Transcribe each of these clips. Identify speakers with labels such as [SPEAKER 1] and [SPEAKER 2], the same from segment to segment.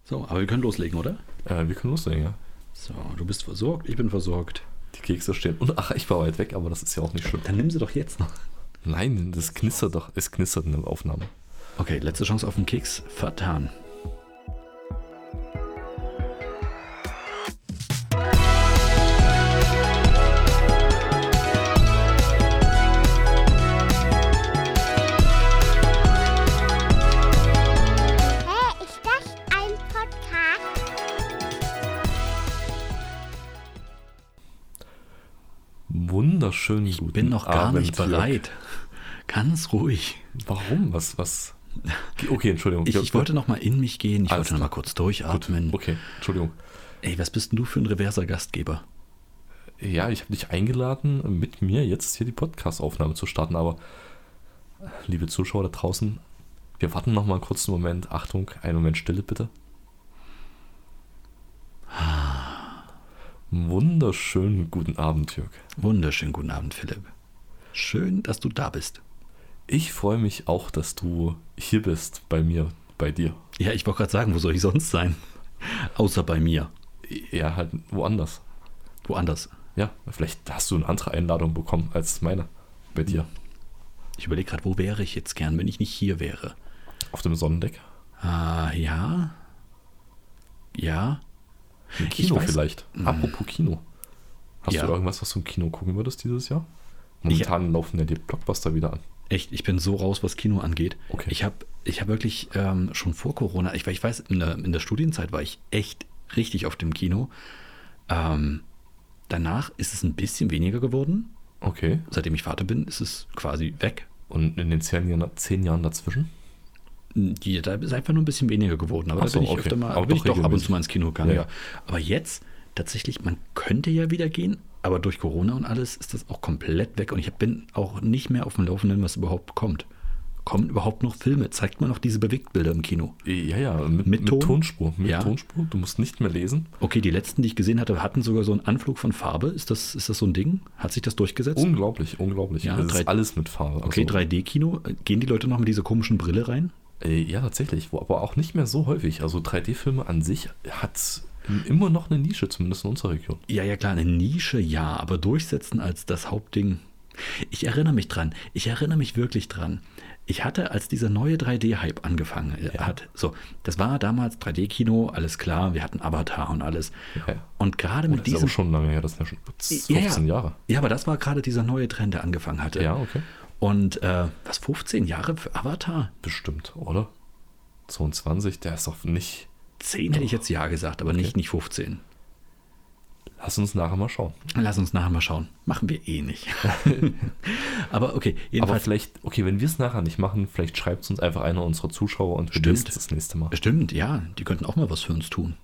[SPEAKER 1] So, aber wir können loslegen, oder?
[SPEAKER 2] Wir können loslegen, ja.
[SPEAKER 1] So, du bist versorgt, ich bin versorgt.
[SPEAKER 2] Die Kekse stehen. Und ich war weit weg, aber das ist ja auch nicht schlimm.
[SPEAKER 1] Dann nimm sie doch jetzt noch.
[SPEAKER 2] Nein, das knistert doch. Es knistert in der Aufnahme.
[SPEAKER 1] Okay, letzte Chance auf den Keks. Vertan.
[SPEAKER 2] Wunderschönen
[SPEAKER 1] Ich
[SPEAKER 2] guten
[SPEAKER 1] bin noch gar
[SPEAKER 2] Abend,
[SPEAKER 1] nicht bereit. Ganz ruhig.
[SPEAKER 2] Warum? Was? Okay, Entschuldigung.
[SPEAKER 1] Ich wollte noch mal in mich gehen. Ich
[SPEAKER 2] Alles
[SPEAKER 1] wollte noch mal kurz durchatmen.
[SPEAKER 2] Gut. Okay, Entschuldigung.
[SPEAKER 1] Ey, was bist denn du für ein reverser Gastgeber?
[SPEAKER 2] Ja, ich habe dich eingeladen, mit mir jetzt hier die Podcast-Aufnahme zu starten, aber liebe Zuschauer da draußen, wir warten noch mal einen kurzen Moment. Achtung, einen Moment Stille bitte. Wunderschönen guten Abend, Jörg.
[SPEAKER 1] Wunderschönen guten Abend, Philipp. Schön, dass du da bist.
[SPEAKER 2] Ich freue mich auch, dass du hier bist, bei mir, bei dir.
[SPEAKER 1] Ja, ich wollte gerade sagen, wo soll ich sonst sein? Außer bei mir.
[SPEAKER 2] Ja, halt woanders.
[SPEAKER 1] Woanders.
[SPEAKER 2] Ja, vielleicht hast du eine andere Einladung bekommen als meine, bei dir.
[SPEAKER 1] Ich überlege gerade, wo wäre ich jetzt gern, wenn ich nicht hier wäre?
[SPEAKER 2] Auf dem Sonnendeck?
[SPEAKER 1] Ja. Ja.
[SPEAKER 2] Im Kino
[SPEAKER 1] Ich weiß-
[SPEAKER 2] vielleicht. Apropos Kino. Hast
[SPEAKER 1] Ja.
[SPEAKER 2] du irgendwas, was du im Kino gucken würdest dieses Jahr? Momentan laufen ja die Blockbuster wieder an.
[SPEAKER 1] Echt, ich bin so raus, was Kino angeht.
[SPEAKER 2] Okay.
[SPEAKER 1] Ich hab wirklich schon vor Corona, ich weiß, in der Studienzeit war ich echt richtig auf dem Kino. Danach ist es ein bisschen weniger geworden.
[SPEAKER 2] Okay.
[SPEAKER 1] Seitdem ich Vater bin, ist es quasi weg.
[SPEAKER 2] Und in den 10 Jahren dazwischen?
[SPEAKER 1] Da ist einfach nur ein bisschen weniger geworden. Aber
[SPEAKER 2] Ach
[SPEAKER 1] da
[SPEAKER 2] so,
[SPEAKER 1] bin ich
[SPEAKER 2] okay.
[SPEAKER 1] öfter mal,
[SPEAKER 2] Aber
[SPEAKER 1] bin ich
[SPEAKER 2] doch
[SPEAKER 1] doch ab und
[SPEAKER 2] regelmäßig.
[SPEAKER 1] zu mal ins Kino gegangen.
[SPEAKER 2] Ja.
[SPEAKER 1] Ja. Aber jetzt tatsächlich, man könnte ja wieder gehen, aber durch Corona und alles ist das auch komplett weg. Und ich bin auch nicht mehr auf dem Laufenden, was überhaupt kommt. Kommen überhaupt noch Filme? Zeigt man noch diese Bewegtbilder im Kino?
[SPEAKER 2] Ja,
[SPEAKER 1] Mit
[SPEAKER 2] mit
[SPEAKER 1] Ton?
[SPEAKER 2] Tonspur. Mit
[SPEAKER 1] Ja.
[SPEAKER 2] Tonspur. Du musst nicht mehr lesen.
[SPEAKER 1] Okay, die letzten, die ich gesehen hatte, hatten sogar so einen Anflug von Farbe. Ist das so ein Ding? Hat sich das durchgesetzt?
[SPEAKER 2] Unglaublich.
[SPEAKER 1] Ja,
[SPEAKER 2] Es ist alles mit Farbe.
[SPEAKER 1] Okay, 3D-Kino. Gehen die Leute noch mit dieser komischen Brille rein?
[SPEAKER 2] Ja, tatsächlich. Aber auch nicht mehr so häufig. Also 3D-Filme an sich hat immer noch eine Nische, zumindest in unserer Region.
[SPEAKER 1] Ja, klar, eine Nische, ja, aber durchsetzen als das Hauptding. Ich erinnere mich dran. Ich erinnere mich wirklich dran. Ich hatte, als dieser neue 3D-Hype angefangen hat, so, das war damals 3D-Kino, alles klar, wir hatten Avatar und alles.
[SPEAKER 2] Ja.
[SPEAKER 1] Und gerade
[SPEAKER 2] Das
[SPEAKER 1] mit
[SPEAKER 2] ist aber
[SPEAKER 1] diesem.
[SPEAKER 2] schon lange her, das sind ja schon 15 Jahre.
[SPEAKER 1] Ja, aber das war gerade dieser neue Trend, der angefangen hatte.
[SPEAKER 2] Ja, okay.
[SPEAKER 1] Und 15 Jahre für Avatar?
[SPEAKER 2] Bestimmt, oder? 22, der ist doch nicht...
[SPEAKER 1] 10 hätte ich jetzt ja gesagt, aber
[SPEAKER 2] Okay.
[SPEAKER 1] nicht 15.
[SPEAKER 2] Lass uns nachher mal schauen.
[SPEAKER 1] Lass uns nachher mal schauen. Machen wir eh nicht. Aber okay,
[SPEAKER 2] Aber
[SPEAKER 1] jedenfalls.
[SPEAKER 2] vielleicht, okay, wenn wir es nachher nicht machen, vielleicht schreibt es uns einfach einer unserer Zuschauer und wir
[SPEAKER 1] Stimmt.
[SPEAKER 2] lesen es das nächste Mal.
[SPEAKER 1] Stimmt, ja, die könnten auch mal was für uns tun.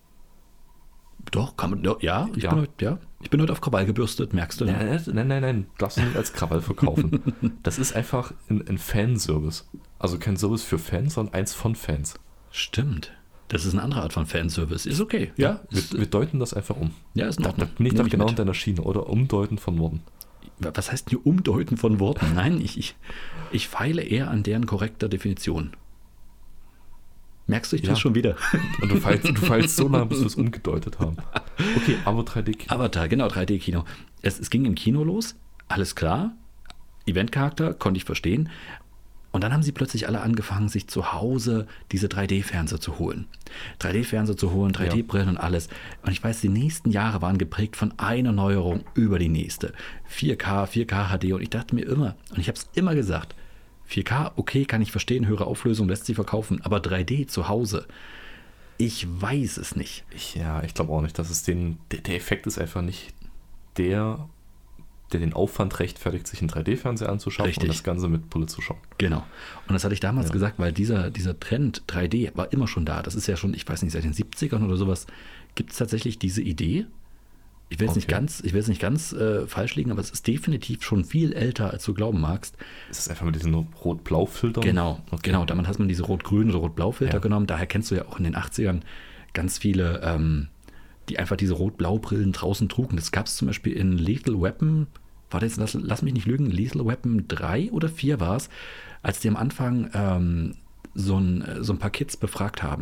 [SPEAKER 1] Doch, kann man, ja, ich bin heute auf Krawall gebürstet, merkst du? Ne?
[SPEAKER 2] Nein, darfst du nicht als Krawall verkaufen. Das ist einfach ein Fanservice. Also kein Service für Fans, sondern eins von Fans.
[SPEAKER 1] Stimmt. Das ist eine andere Art von Fanservice. Ist okay. Ja,
[SPEAKER 2] Wir deuten das einfach um.
[SPEAKER 1] ja ist in
[SPEAKER 2] Da
[SPEAKER 1] Ordnung.
[SPEAKER 2] bin ich
[SPEAKER 1] Nehm
[SPEAKER 2] doch
[SPEAKER 1] ich
[SPEAKER 2] genau
[SPEAKER 1] mit.
[SPEAKER 2] in deiner Schiene. Oder umdeuten von Worten.
[SPEAKER 1] Was heißt hier Umdeuten von Worten? Nein, ich feile eher an deren korrekter Definition. Merkst du, ich tue
[SPEAKER 2] Ja.
[SPEAKER 1] es schon wieder.
[SPEAKER 2] Und du feilst so lange, bis wir es umgedeutet haben. Okay, aber 3D-Kino.
[SPEAKER 1] Avatar, genau, 3D-Kino. Es ging im Kino los, alles klar. Eventcharakter, konnte ich verstehen. Und dann haben sie plötzlich alle angefangen, sich zu Hause diese 3D-Fernseher zu holen. 3D-Brillen und alles. Und ich weiß, die nächsten Jahre waren geprägt von einer Neuerung über die nächste. 4K HD. Und ich dachte mir immer, und ich habe es immer gesagt, 4K, okay, kann ich verstehen, höhere Auflösung lässt sich verkaufen. Aber 3D zu Hause, ich weiß es nicht.
[SPEAKER 2] Ich glaube auch nicht, dass es der Effekt ist einfach nicht der den Aufwand rechtfertigt, sich einen 3D-Fernseher anzuschauen
[SPEAKER 1] Richtig.
[SPEAKER 2] und das Ganze mit Brille zu schauen.
[SPEAKER 1] Genau. Und das hatte ich damals
[SPEAKER 2] Ja.
[SPEAKER 1] gesagt, weil dieser Trend 3D war immer schon da. Das ist ja schon, ich weiß nicht, seit den 70ern oder sowas, gibt es tatsächlich diese Idee. Ich will jetzt nicht ganz falsch liegen, aber es ist definitiv schon viel älter, als du glauben magst.
[SPEAKER 2] Ist das einfach mit diesen Rot-Blau-Filtern?
[SPEAKER 1] Genau,
[SPEAKER 2] Okay.
[SPEAKER 1] genau. Damals hat man diese Rot-Grün- oder Rot-Blau-Filter
[SPEAKER 2] Ja.
[SPEAKER 1] genommen. Daher kennst du ja auch in den 80ern ganz viele, die einfach diese Rot-Blau-Brillen draußen trugen. Das gab es zum Beispiel in Lethal Weapon. War das, lass mich nicht lügen, Lethal Weapon 3 oder 4 war es, als die am Anfang so ein paar Kids befragt haben,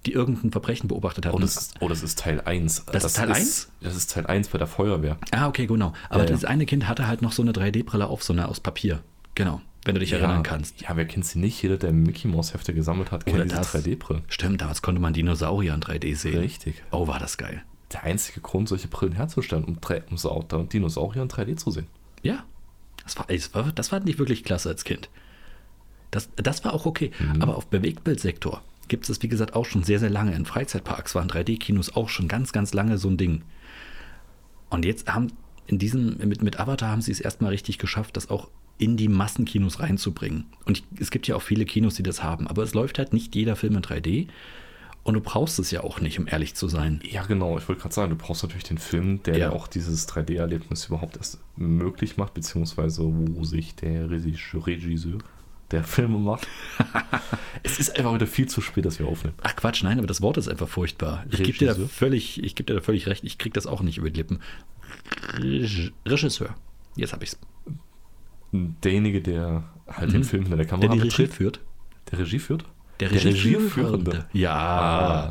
[SPEAKER 1] die irgendein Verbrechen beobachtet hatten.
[SPEAKER 2] Das ist Teil 1.
[SPEAKER 1] Das ist Teil 1?
[SPEAKER 2] Das ist Teil 1 bei der Feuerwehr.
[SPEAKER 1] Ah, okay, genau. Aber das eine Kind hatte halt noch so eine 3D-Brille auf, so eine aus Papier. Genau, wenn du dich erinnern kannst.
[SPEAKER 2] Ja, wer kennt sie nicht? Jeder, der Mickey Mouse Hefte gesammelt hat, kennt diese 3D-Brillen.
[SPEAKER 1] Stimmt, damals konnte man Dinosaurier in 3D sehen.
[SPEAKER 2] Richtig.
[SPEAKER 1] Oh, war das geil.
[SPEAKER 2] Der einzige Grund, solche Brillen herzustellen, um Dinosaurier in 3D zu sehen.
[SPEAKER 1] Ja, das war nicht wirklich klasse als Kind. Das war auch okay. Aber auf Bewegtbildsektor gibt es, wie gesagt, auch schon sehr, sehr lange. In Freizeitparks waren 3D-Kinos auch schon ganz, ganz lange so ein Ding. Und jetzt mit Avatar haben sie es erstmal richtig geschafft, das auch in die Massenkinos reinzubringen. Und es gibt ja auch viele Kinos, die das haben. Aber es läuft halt nicht jeder Film in 3D. Und du brauchst es ja auch nicht, um ehrlich zu sein.
[SPEAKER 2] Ja, genau. Ich wollte gerade sagen, du brauchst natürlich den Film, der auch dieses 3D-Erlebnis überhaupt erst möglich macht, beziehungsweise wo sich der Regisseur der Filme macht. Es ist einfach wieder viel zu spät, dass wir aufnehmen.
[SPEAKER 1] Ach Quatsch, nein, aber das Wort ist einfach furchtbar. Ich gebe dir da völlig recht. Ich kriege das auch nicht über die Lippen. Regisseur. Jetzt habe ich es.
[SPEAKER 2] Derjenige, der halt den Film hinter der Kamera
[SPEAKER 1] der die Regie führt.
[SPEAKER 2] Der Regie führt?
[SPEAKER 1] Der Regieführende. Ja.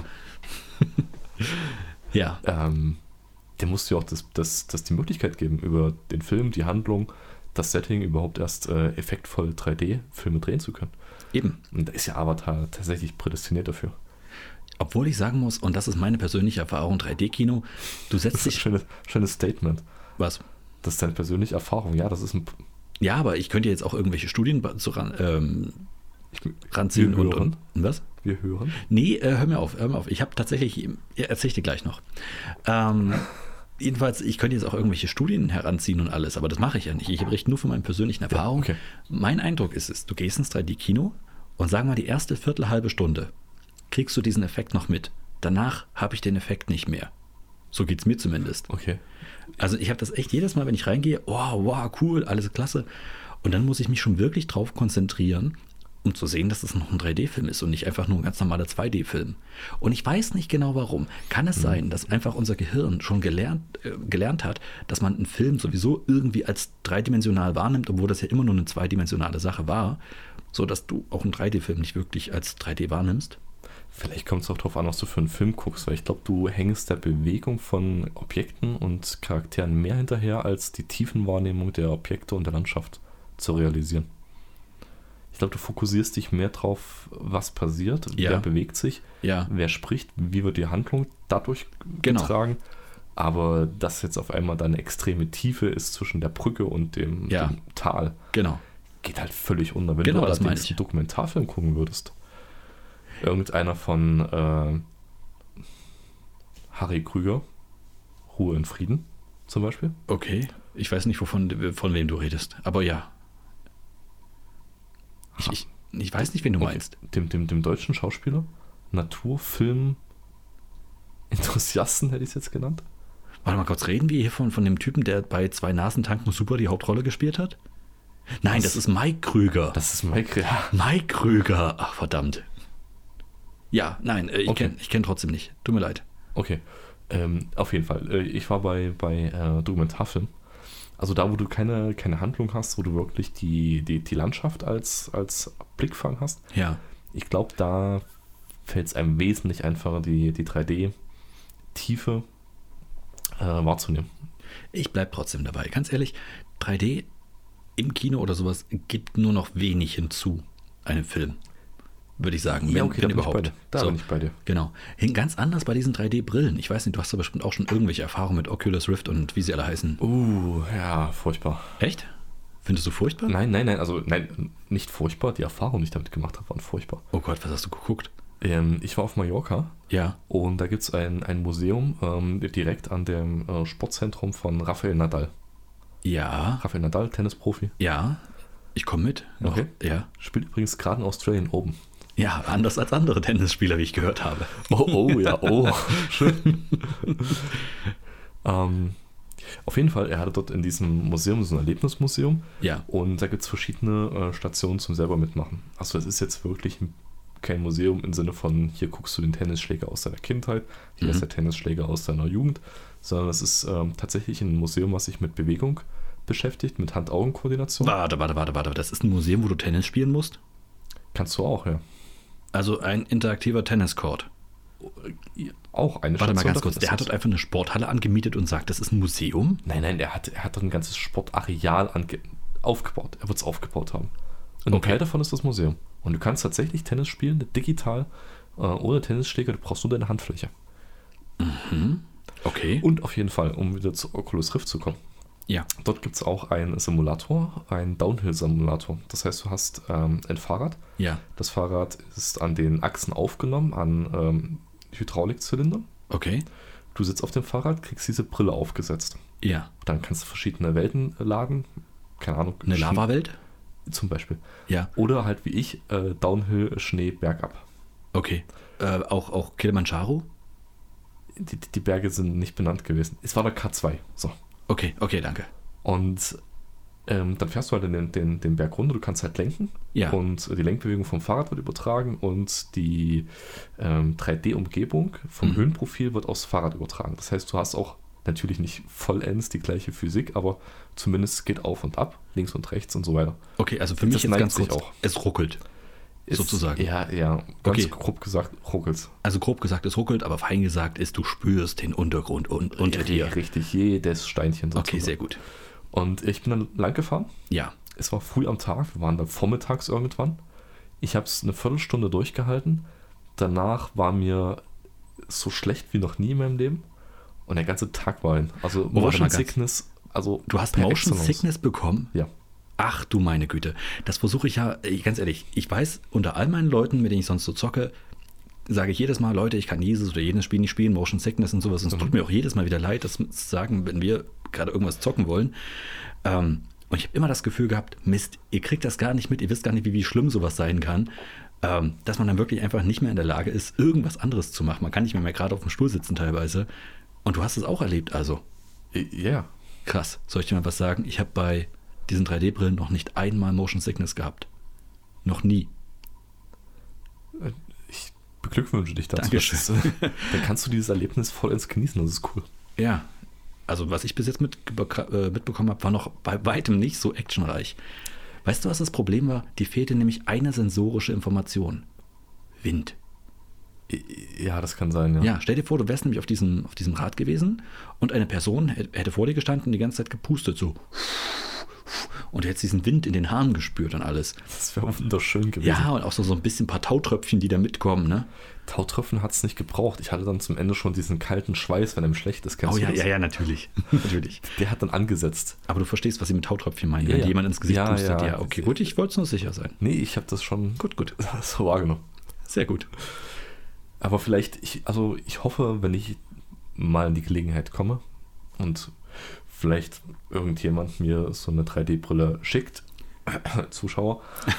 [SPEAKER 1] Ja.
[SPEAKER 2] Der muss dir auch die Möglichkeit geben, über den Film, die Handlung, das Setting überhaupt erst effektvoll 3D-Filme drehen zu können.
[SPEAKER 1] Eben.
[SPEAKER 2] Und da ist ja Avatar tatsächlich prädestiniert dafür.
[SPEAKER 1] Obwohl ich sagen muss, und das ist meine persönliche Erfahrung, 3D-Kino, du setzt dich...
[SPEAKER 2] Schönes Statement.
[SPEAKER 1] Was?
[SPEAKER 2] Das ist deine persönliche Erfahrung. Ja, das ist ein...
[SPEAKER 1] Ja, aber ich könnte jetzt auch irgendwelche Studien ranziehen und was?
[SPEAKER 2] Wir hören?
[SPEAKER 1] Nee, hör mir auf. Ich habe tatsächlich, erzähl ich dir gleich noch. Jedenfalls, ich könnte jetzt auch irgendwelche Studien heranziehen und alles, aber das mache ich ja nicht. Ich berichte nur von meinen persönlichen Erfahrungen.
[SPEAKER 2] Ja, okay.
[SPEAKER 1] Mein Eindruck ist es, du gehst ins 3D-Kino und sag mal, die erste halbe Stunde kriegst du diesen Effekt noch mit. Danach habe ich den Effekt nicht mehr. So geht es mir zumindest.
[SPEAKER 2] Okay.
[SPEAKER 1] Also ich habe das echt jedes Mal, wenn ich reingehe, wow, cool, alles klasse. Und dann muss ich mich schon wirklich drauf konzentrieren, um zu sehen, dass es noch ein 3D-Film ist und nicht einfach nur ein ganz normaler 2D-Film. Und ich weiß nicht genau warum. Kann es sein, dass einfach unser Gehirn schon gelernt hat, dass man einen Film sowieso irgendwie als dreidimensional wahrnimmt, obwohl das ja immer nur eine zweidimensionale Sache war, so dass du auch einen 3D-Film nicht wirklich als 3D wahrnimmst?
[SPEAKER 2] Vielleicht kommt es auch darauf an, was du für einen Film guckst, weil ich glaube, du hängst der Bewegung von Objekten und Charakteren mehr hinterher, als die Tiefenwahrnehmung der Objekte und der Landschaft zu realisieren. Ich glaube, du fokussierst dich mehr drauf, was passiert, wer bewegt sich, wer spricht, wie wird die Handlung dadurch getragen. Aber dass jetzt auf einmal da eine extreme Tiefe ist zwischen der Brücke und dem Tal, geht halt völlig unter. Wenn du allerdings einen Dokumentarfilm gucken würdest, irgendeiner von Harry Krüger, Ruhe in Frieden zum Beispiel.
[SPEAKER 1] Okay, ich weiß nicht, von wem du redest, aber ja. Ich weiß nicht, wen du meinst.
[SPEAKER 2] Dem deutschen Schauspieler, Naturfilm Enthusiasten hätte ich es jetzt genannt.
[SPEAKER 1] Warte mal kurz, reden wir hier von dem Typen, der bei 2 Nasentanken super die Hauptrolle gespielt hat? Nein, das ist Mike Krüger.
[SPEAKER 2] Das ist Mike, ja.
[SPEAKER 1] Mike Krüger, ach verdammt. Ja, nein, ich kenn trotzdem nicht. Tut mir leid.
[SPEAKER 2] Okay, auf jeden Fall. Ich war bei Dokumentarfilm. Also da, wo du keine Handlung hast, wo du wirklich die Landschaft als Blickfang hast.
[SPEAKER 1] Ja.
[SPEAKER 2] Ich glaube, da fällt es einem wesentlich einfacher, die 3D-Tiefe wahrzunehmen.
[SPEAKER 1] Ich bleibe trotzdem dabei. Ganz ehrlich, 3D im Kino oder sowas gibt nur noch wenig hinzu einem Film. Würde ich sagen,
[SPEAKER 2] ja, okay,
[SPEAKER 1] wenn überhaupt.
[SPEAKER 2] Da bin ich bei dir.
[SPEAKER 1] Genau. Ganz anders bei diesen 3D-Brillen. Ich weiß nicht, du hast da bestimmt auch schon irgendwelche Erfahrungen mit Oculus Rift und wie sie alle heißen.
[SPEAKER 2] Ja, furchtbar.
[SPEAKER 1] Echt? Findest du furchtbar?
[SPEAKER 2] Nein, nicht furchtbar. Die Erfahrungen, die ich damit gemacht habe, waren furchtbar.
[SPEAKER 1] Oh Gott, was hast du geguckt?
[SPEAKER 2] Ich war auf Mallorca.
[SPEAKER 1] Ja.
[SPEAKER 2] Und da gibt es ein Museum direkt an dem Sportzentrum von Rafael Nadal.
[SPEAKER 1] Ja.
[SPEAKER 2] Rafael Nadal, Tennisprofi.
[SPEAKER 1] Ja. Ich komme mit. Noch.
[SPEAKER 2] Okay.
[SPEAKER 1] Ja.
[SPEAKER 2] Spielt übrigens gerade in Australian Open.
[SPEAKER 1] Ja, anders als andere Tennisspieler, wie ich gehört habe.
[SPEAKER 2] Oh, schön. Auf jeden Fall, er hatte dort in diesem Museum, so ein Erlebnismuseum.
[SPEAKER 1] Ja.
[SPEAKER 2] Und da gibt es verschiedene Stationen zum selber mitmachen. Also es ist jetzt wirklich kein Museum im Sinne von, hier guckst du den Tennisschläger aus deiner Kindheit, hier ist der Tennisschläger aus deiner Jugend, sondern es ist tatsächlich ein Museum, was sich mit Bewegung beschäftigt, mit Hand-Augen-Koordination.
[SPEAKER 1] Warte. Das ist ein Museum, wo du Tennis spielen musst?
[SPEAKER 2] Kannst du auch, ja.
[SPEAKER 1] Also ein interaktiver Tenniscourt.
[SPEAKER 2] Auch eine
[SPEAKER 1] Warte mal
[SPEAKER 2] Station
[SPEAKER 1] ganz kurz,
[SPEAKER 2] davon
[SPEAKER 1] der
[SPEAKER 2] ist
[SPEAKER 1] hat
[SPEAKER 2] das.
[SPEAKER 1] dort einfach eine Sporthalle angemietet und sagt, das ist ein Museum?
[SPEAKER 2] Nein, er hat dort ein ganzes Sportareal aufgebaut. Er wird es aufgebaut haben. Und ein
[SPEAKER 1] Okay.
[SPEAKER 2] Teil davon ist das Museum. Und du kannst tatsächlich Tennis spielen, digital, ohne Tennisschläger, du brauchst nur deine Handfläche.
[SPEAKER 1] Okay.
[SPEAKER 2] Und auf jeden Fall, um wieder zu Oculus Rift zu kommen.
[SPEAKER 1] Ja.
[SPEAKER 2] Dort gibt es auch einen Simulator, einen Downhill-Simulator. Das heißt, du hast ein Fahrrad.
[SPEAKER 1] Ja.
[SPEAKER 2] Das Fahrrad ist an den Achsen aufgenommen, an Hydraulikzylindern.
[SPEAKER 1] Okay.
[SPEAKER 2] Du sitzt auf dem Fahrrad, kriegst diese Brille aufgesetzt.
[SPEAKER 1] Ja.
[SPEAKER 2] Dann kannst du verschiedene Welten laden. Keine Ahnung.
[SPEAKER 1] Eine Lavawelt?
[SPEAKER 2] Zum Beispiel.
[SPEAKER 1] Ja.
[SPEAKER 2] Oder halt wie ich, Downhill, Schnee, bergab.
[SPEAKER 1] Okay. Auch Kilimanjaro?
[SPEAKER 2] Die Berge sind nicht benannt gewesen. Es war der K2. So.
[SPEAKER 1] Okay, danke.
[SPEAKER 2] Und dann fährst du halt den Berg runter, du kannst halt lenken.
[SPEAKER 1] Ja.
[SPEAKER 2] Und die Lenkbewegung vom Fahrrad wird übertragen und die 3D-Umgebung vom Höhenprofil wird aufs Fahrrad übertragen. Das heißt, du hast auch natürlich nicht vollends die gleiche Physik, aber zumindest geht auf und ab, links und rechts und so weiter.
[SPEAKER 1] Okay, also für mich
[SPEAKER 2] Das
[SPEAKER 1] jetzt
[SPEAKER 2] neigt
[SPEAKER 1] ganz
[SPEAKER 2] sich
[SPEAKER 1] kurz,
[SPEAKER 2] auch.
[SPEAKER 1] es ruckelt. Sozusagen.
[SPEAKER 2] Ja, ganz
[SPEAKER 1] Okay.
[SPEAKER 2] grob gesagt, ruckelt's.
[SPEAKER 1] Also grob gesagt, es ruckelt, aber fein gesagt ist, du spürst den Untergrund unter dir.
[SPEAKER 2] Richtig, jedes Steinchen
[SPEAKER 1] Okay, sehr gut.
[SPEAKER 2] Und ich bin dann lang gefahren.
[SPEAKER 1] Ja.
[SPEAKER 2] Es war früh am Tag, wir waren dann vormittags irgendwann. Ich habe es eine Viertelstunde durchgehalten. Danach war mir so schlecht wie noch nie in meinem Leben. Und der ganze Tag war hin. Also
[SPEAKER 1] warte mal
[SPEAKER 2] Motion
[SPEAKER 1] ganz.
[SPEAKER 2] Sickness. Also
[SPEAKER 1] Du hast
[SPEAKER 2] per
[SPEAKER 1] Motion
[SPEAKER 2] excellence.
[SPEAKER 1] Sickness bekommen?
[SPEAKER 2] Ja.
[SPEAKER 1] Ach du meine Güte. Das versuche ich ja, ganz ehrlich, ich weiß, unter all meinen Leuten, mit denen ich sonst so zocke, sage ich jedes Mal, Leute, ich kann dieses oder jenes Spiel nicht spielen, Motion Sickness und sowas. Und es tut mir auch jedes Mal wieder leid, das zu sagen, wenn wir gerade irgendwas zocken wollen. Und ich habe immer das Gefühl gehabt, Mist, ihr kriegt das gar nicht mit, ihr wisst gar nicht, wie schlimm sowas sein kann, dass man dann wirklich einfach nicht mehr in der Lage ist, irgendwas anderes zu machen. Man kann nicht mehr gerade auf dem Stuhl sitzen teilweise. Und du hast es auch erlebt, also.
[SPEAKER 2] Ja.
[SPEAKER 1] Krass. Soll ich dir mal was sagen? Ich habe bei diesen 3D-Brillen noch nicht einmal Motion Sickness gehabt. Noch nie.
[SPEAKER 2] Ich beglückwünsche dich dazu.
[SPEAKER 1] Dankeschön.
[SPEAKER 2] Dann kannst du dieses Erlebnis vollends genießen, das ist cool.
[SPEAKER 1] Ja, also was ich bis jetzt mitbekommen habe, war noch bei weitem nicht so actionreich. Weißt du, was das Problem war? Die fehlte nämlich eine sensorische Information. Wind.
[SPEAKER 2] Ja, das kann sein, ja.
[SPEAKER 1] Ja, stell dir vor, du wärst nämlich auf diesem Rad gewesen und eine Person hätte vor dir gestanden und die ganze Zeit gepustet, so. Und du hättest diesen Wind in den Haaren gespürt und alles.
[SPEAKER 2] Das wäre wunderschön gewesen.
[SPEAKER 1] Ja, und auch so ein bisschen ein paar Tautröpfchen, die da mitkommen, ne?
[SPEAKER 2] Tautröpfen hat es nicht gebraucht. Ich hatte dann zum Ende schon diesen kalten Schweiß, wenn einem schlecht ist. Kennst
[SPEAKER 1] Oh
[SPEAKER 2] du
[SPEAKER 1] ja,
[SPEAKER 2] das?
[SPEAKER 1] ja, natürlich. Natürlich.
[SPEAKER 2] Der hat dann angesetzt.
[SPEAKER 1] Aber du verstehst, was sie mit Tautröpfchen meinen,
[SPEAKER 2] Ja,
[SPEAKER 1] wenn
[SPEAKER 2] ja.
[SPEAKER 1] dir jemand ins Gesicht
[SPEAKER 2] Ja,
[SPEAKER 1] pustet.
[SPEAKER 2] ja.
[SPEAKER 1] Ja, okay, gut, ich wollte es nur sicher sein.
[SPEAKER 2] Nee, ich habe das schon
[SPEAKER 1] Gut.
[SPEAKER 2] so wahrgenommen.
[SPEAKER 1] Sehr gut.
[SPEAKER 2] Aber vielleicht, ich hoffe, wenn ich mal in die Gelegenheit komme und vielleicht irgendjemand mir so eine 3D-Brille schickt, Zuschauer,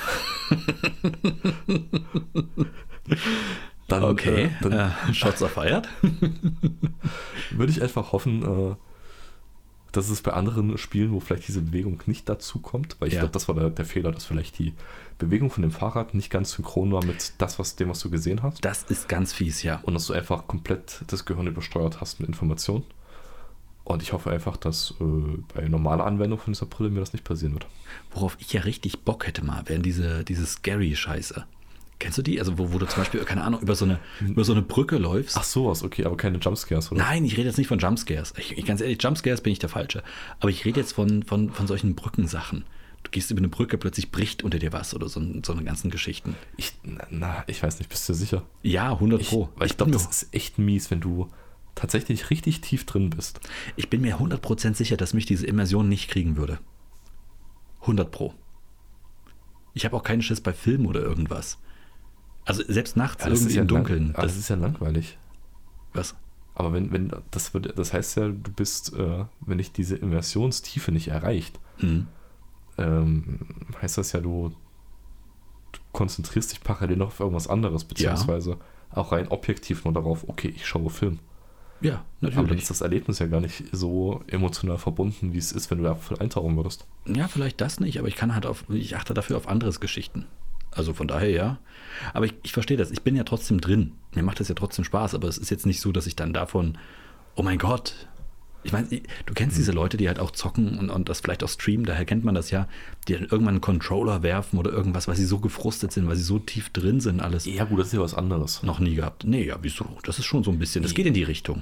[SPEAKER 2] dann,
[SPEAKER 1] Okay,
[SPEAKER 2] dann
[SPEAKER 1] Shots are fired.
[SPEAKER 2] würde ich einfach hoffen, dass es bei anderen Spielen, wo vielleicht diese Bewegung nicht dazu kommt, weil ich
[SPEAKER 1] Ja.
[SPEAKER 2] glaube, das war der Fehler, dass vielleicht die Bewegung von dem Fahrrad nicht ganz synchron war mit dem, was du gesehen hast.
[SPEAKER 1] Das ist ganz fies, ja.
[SPEAKER 2] Und dass du einfach komplett das Gehirn übersteuert hast mit Informationen. Und ich hoffe einfach, dass bei normaler Anwendung von dieser Brille mir das nicht passieren wird.
[SPEAKER 1] Worauf ich ja richtig Bock hätte mal, wären diese Scary-Scheiße. Kennst du die? Also wo du zum Beispiel, keine Ahnung, über so eine Brücke läufst.
[SPEAKER 2] Ach sowas, okay, aber keine Jumpscares, oder?
[SPEAKER 1] Nein, ich rede jetzt nicht von Jumpscares. Ganz ehrlich, Jumpscares bin ich der Falsche. Aber ich rede jetzt von solchen Brückensachen. Du gehst über eine Brücke, plötzlich bricht unter dir was oder so eine ganzen Geschichten.
[SPEAKER 2] Ich weiß nicht, bist du sicher?
[SPEAKER 1] Ja, 100 Pro.
[SPEAKER 2] Weil ich glaube, das ist echt mies, wenn du tatsächlich richtig tief drin bist.
[SPEAKER 1] Ich bin mir 100% sicher, dass mich diese Immersion nicht kriegen würde. 100 Pro. Ich habe auch keinen Schiss bei Filmen oder irgendwas. Also selbst nachts
[SPEAKER 2] Ja, das
[SPEAKER 1] irgendwie
[SPEAKER 2] ist ja
[SPEAKER 1] im Dunkeln.
[SPEAKER 2] das ist ja langweilig.
[SPEAKER 1] Was?
[SPEAKER 2] Aber wenn das heißt ja, du bist, wenn dich diese Immersionstiefe nicht erreicht, heißt das ja, du konzentrierst dich parallel noch auf irgendwas anderes, beziehungsweise auch rein objektiv nur darauf, okay, ich schaue Film.
[SPEAKER 1] Ja,
[SPEAKER 2] Aber dann
[SPEAKER 1] natürlich.
[SPEAKER 2] ist das Erlebnis ja gar nicht so emotional verbunden, wie es ist, wenn du da voll eintauchen würdest.
[SPEAKER 1] Ja, vielleicht das nicht, aber ich achte dafür auf anderes Geschichten. Also von daher ja. Aber ich verstehe das. Ich bin ja trotzdem drin. Mir macht das ja trotzdem Spaß, aber es ist jetzt nicht so, dass ich dann davon, oh mein Gott, Ich meine, du kennst diese Leute, die halt auch zocken und das vielleicht auch streamen, daher kennt man das ja, die dann irgendwann einen Controller werfen oder irgendwas, weil sie so gefrustet sind, weil sie so tief drin sind, alles.
[SPEAKER 2] Ja gut, das ist ja was anderes.
[SPEAKER 1] Noch nie gehabt. Nee, ja, wieso? Das ist schon so ein bisschen, das geht in die Richtung.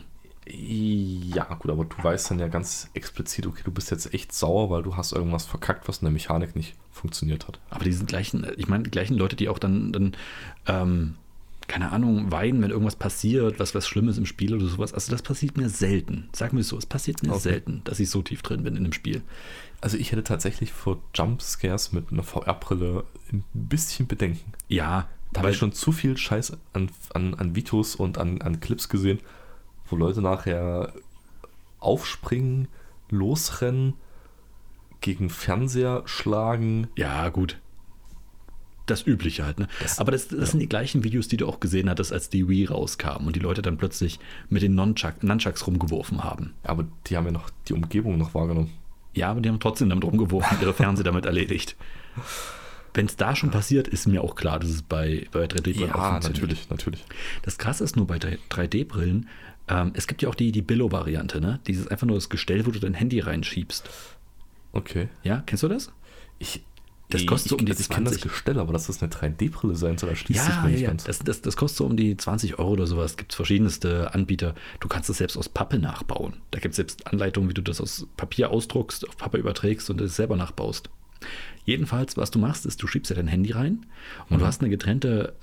[SPEAKER 2] Ja gut, aber du weißt dann ja ganz explizit, okay, du bist jetzt echt sauer, weil du hast irgendwas verkackt, was in der Mechanik nicht funktioniert hat.
[SPEAKER 1] Aber die gleichen Leute, die auch dann keine Ahnung, weinen, wenn irgendwas passiert, was Schlimmes im Spiel oder sowas. Also das passiert mir selten. Sag mir so, es passiert mir selten, dass ich so tief drin bin in dem Spiel.
[SPEAKER 2] Also ich hätte tatsächlich vor Jumpscares mit einer VR-Brille ein bisschen Bedenken.
[SPEAKER 1] Ja.
[SPEAKER 2] Da habe ich schon zu viel Scheiß an Videos und an Clips gesehen, wo Leute nachher aufspringen, losrennen, gegen Fernseher schlagen.
[SPEAKER 1] Ja, gut. Das Übliche halt, ne? Aber das sind die gleichen Videos, die du auch gesehen hattest, als die Wii rauskam und die Leute dann plötzlich mit den Nunchucks rumgeworfen haben.
[SPEAKER 2] Aber die haben ja noch die Umgebung noch wahrgenommen.
[SPEAKER 1] Ja, aber die haben trotzdem damit rumgeworfen, ihre Fernseher damit erledigt. Wenn es da schon passiert, ist mir auch klar, dass es bei 3D-Brillen auch funktioniert.
[SPEAKER 2] Natürlich.
[SPEAKER 1] Das Krasse ist nur bei 3D-Brillen, es gibt ja auch die Billo-Variante, ne? Dieses einfach nur das Gestell, wo du dein Handy reinschiebst.
[SPEAKER 2] Okay.
[SPEAKER 1] Ja, kennst du das? Das kostet so um die 20.
[SPEAKER 2] Ich kenne das Gestell, aber dass das eine 3D-Brille sein soll, schließt sich mir nicht ganz.
[SPEAKER 1] Das kostet so um die 20 Euro oder sowas. Gibt es verschiedenste Anbieter. Du kannst es selbst aus Pappe nachbauen. Da gibt es selbst Anleitungen, wie du das aus Papier ausdruckst, auf Pappe überträgst und es selber nachbaust. Jedenfalls, was du machst, ist, du schiebst ja dein Handy rein und du hast eine getrennte,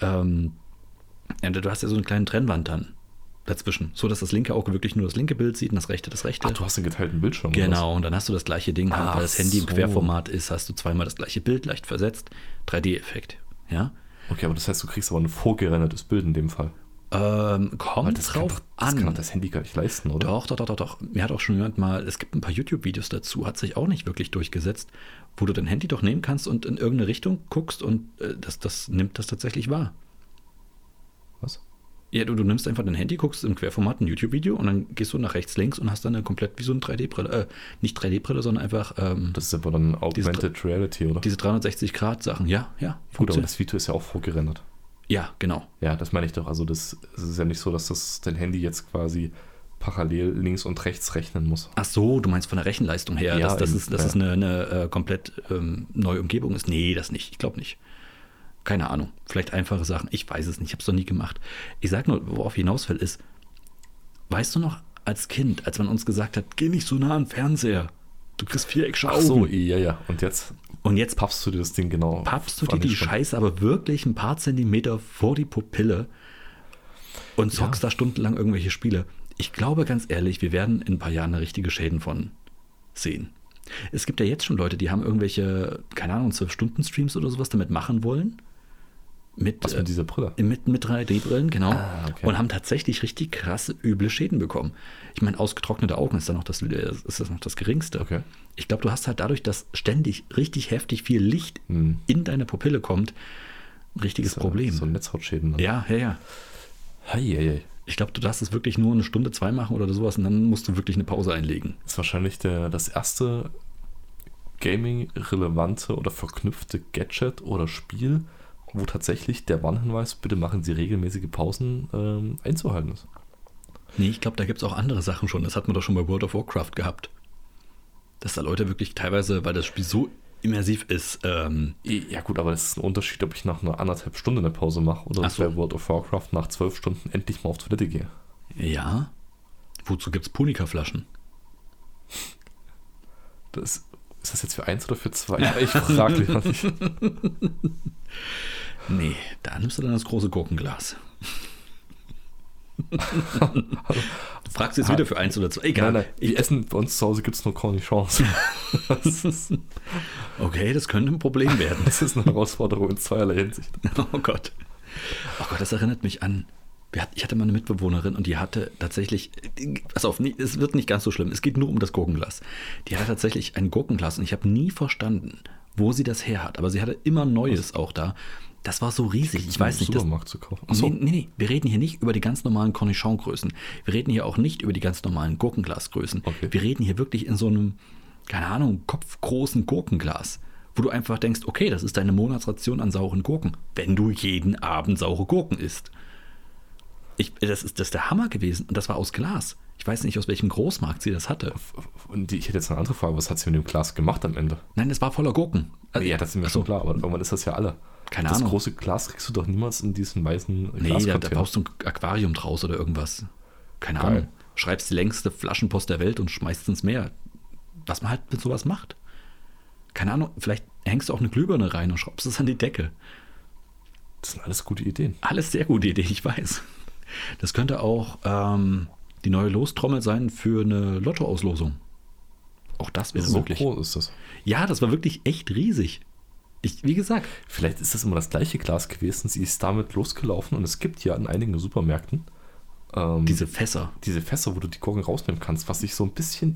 [SPEAKER 1] du hast ja so eine kleine Trennwand dann dazwischen, so dass das linke Auge wirklich nur das linke Bild sieht und das rechte das rechte.
[SPEAKER 2] Ach, du hast einen geteilten Bildschirm.
[SPEAKER 1] Genau, und dann hast du das gleiche Ding, weil das Handy im Querformat ist, hast du zweimal das gleiche Bild, leicht versetzt, 3D-Effekt, ja.
[SPEAKER 2] Okay, aber das heißt, du kriegst aber ein vorgerendertes Bild in dem Fall.
[SPEAKER 1] Kommt
[SPEAKER 2] das
[SPEAKER 1] drauf an.
[SPEAKER 2] Das kann doch das Handy gar nicht leisten, oder?
[SPEAKER 1] Doch. Mir hat auch schon jemand mal, es gibt ein paar YouTube-Videos dazu, hat sich auch nicht wirklich durchgesetzt, wo du dein Handy doch nehmen kannst und in irgendeine Richtung guckst und das nimmt das tatsächlich wahr.
[SPEAKER 2] Was?
[SPEAKER 1] Ja, du nimmst einfach dein Handy, guckst im Querformat ein YouTube-Video und dann gehst du nach rechts, links und hast dann eine komplett wie so eine 3D-Brille, nicht 3D-Brille, sondern einfach
[SPEAKER 2] das ist aber dann Augmented Reality, oder?
[SPEAKER 1] Diese 360-Grad-Sachen, ja.
[SPEAKER 2] Gut, aber das Video ist ja auch vorgerendert.
[SPEAKER 1] Ja, genau.
[SPEAKER 2] Ja, das meine ich doch. Also das ist ja nicht so, dass dein Handy jetzt quasi parallel links und rechts rechnen muss.
[SPEAKER 1] Ach so, du meinst von der Rechenleistung her,
[SPEAKER 2] ja,
[SPEAKER 1] dass es eine komplett neue Umgebung ist? Nee, das nicht. Ich glaube nicht. Keine Ahnung. Vielleicht einfache Sachen. Ich weiß es nicht. Ich habe es noch nie gemacht. Ich sage nur, worauf ich hinaus will, ist, weißt du noch, als Kind, als man uns gesagt hat, geh nicht so nah an den Fernseher. Du kriegst viereckige Augen.
[SPEAKER 2] Ach so, ja. Und jetzt pappst du dir das Ding genau.
[SPEAKER 1] Pappst du dir die Scheiße aber wirklich ein paar Zentimeter vor die Pupille und zockst da stundenlang irgendwelche Spiele. Ich glaube ganz ehrlich, wir werden in ein paar Jahren richtige Schäden von sehen. Es gibt ja jetzt schon Leute, die haben irgendwelche, keine Ahnung, 12-Stunden-Streams oder sowas damit machen wollen. Mit
[SPEAKER 2] dieser Brille?
[SPEAKER 1] Mit 3D-Brillen, genau.
[SPEAKER 2] Okay.
[SPEAKER 1] Und haben tatsächlich richtig krasse, üble Schäden bekommen. Ich meine, ausgetrocknete Augen ist noch das Geringste.
[SPEAKER 2] Okay.
[SPEAKER 1] Ich glaube, du hast halt dadurch, dass ständig richtig heftig viel Licht in deine Pupille kommt, ein richtiges Problem.
[SPEAKER 2] So Netzhautschäden. Ne?
[SPEAKER 1] Ja.
[SPEAKER 2] Hey.
[SPEAKER 1] Ich glaube, du darfst es wirklich nur eine Stunde, 2 machen oder sowas und dann musst du wirklich eine Pause einlegen.
[SPEAKER 2] Das ist wahrscheinlich das erste Gaming-relevante oder verknüpfte Gadget oder Spiel, wo tatsächlich der Warnhinweis, bitte machen Sie regelmäßige Pausen, einzuhalten ist.
[SPEAKER 1] Nee, ich glaube, da gibt es auch andere Sachen schon. Das hat man doch schon bei World of Warcraft gehabt. Dass da Leute wirklich teilweise, weil das Spiel so immersiv ist.
[SPEAKER 2] Ja gut, aber das ist ein Unterschied, ob ich nach einer 1,5 Stunde eine Pause mache oder bei World of Warcraft nach 12 Stunden endlich mal auf Toilette gehe. Ja.
[SPEAKER 1] Wozu gibt es Punika-Flaschen?
[SPEAKER 2] Ist das jetzt für 1 oder für 2? Ich frage dich mal nicht.
[SPEAKER 1] Nee, da nimmst du dann das große Gurkenglas. Du fragst jetzt wieder für 1 oder 2. Egal.
[SPEAKER 2] Nein. Wir essen, bei uns zu Hause gibt es nur Cornichons.
[SPEAKER 1] Okay, das könnte ein Problem werden.
[SPEAKER 2] Das ist eine Herausforderung in zweierlei Hinsicht.
[SPEAKER 1] Oh Gott, das erinnert mich an, ich hatte mal eine Mitbewohnerin und die hatte tatsächlich, pass auf, es wird nicht ganz so schlimm, es geht nur um das Gurkenglas. Die hatte tatsächlich ein Gurkenglas und ich habe nie verstanden, wo sie das her hat, aber sie hatte immer Neues auch da. Das war so riesig, ich weiß nicht.
[SPEAKER 2] Supermarkt zu kaufen.
[SPEAKER 1] Achso. Nee, wir reden hier nicht über die ganz normalen Cornichon-Größen. Wir reden hier auch nicht über die ganz normalen Gurkenglasgrößen.
[SPEAKER 2] Okay.
[SPEAKER 1] Wir reden hier wirklich in so einem, keine Ahnung, kopfgroßen Gurkenglas, wo du einfach denkst, okay, das ist deine Monatsration an sauren Gurken, wenn du jeden Abend saure Gurken isst. Das ist der Hammer gewesen und das war aus Glas. Ich weiß nicht, aus welchem Großmarkt sie das hatte.
[SPEAKER 2] Und ich hätte jetzt eine andere Frage, was hat sie mit dem Glas gemacht am Ende?
[SPEAKER 1] Nein, es war voller Gurken.
[SPEAKER 2] Ja, das ist mir schon klar, aber irgendwann ist das ja alle.
[SPEAKER 1] Keine
[SPEAKER 2] Das
[SPEAKER 1] Ahnung.
[SPEAKER 2] große Glas kriegst du doch niemals in diesen weißen
[SPEAKER 1] Nee, da
[SPEAKER 2] Glascontainer.
[SPEAKER 1] baust du ein Aquarium draus oder irgendwas. Keine
[SPEAKER 2] Geil.
[SPEAKER 1] Ahnung. Schreibst die längste Flaschenpost der Welt und schmeißt ins Meer. Was man halt mit sowas macht. Keine Ahnung, vielleicht hängst du auch eine Glühbirne rein und schraubst es an die Decke.
[SPEAKER 2] Das sind alles gute Ideen.
[SPEAKER 1] Alles sehr gute Idee, ich weiß. Das könnte auch die neue Lostrommel sein für eine Lottoauslosung. Auch das wäre
[SPEAKER 2] So
[SPEAKER 1] wirklich.
[SPEAKER 2] groß ist das.
[SPEAKER 1] Ja, das war wirklich echt riesig. Wie gesagt,
[SPEAKER 2] Vielleicht ist das immer das gleiche Glas gewesen. Sie ist damit losgelaufen und es gibt ja in einigen Supermärkten
[SPEAKER 1] diese Fässer.
[SPEAKER 2] diese Fässer, wo du die Gurken rausnehmen kannst, was ich so ein bisschen.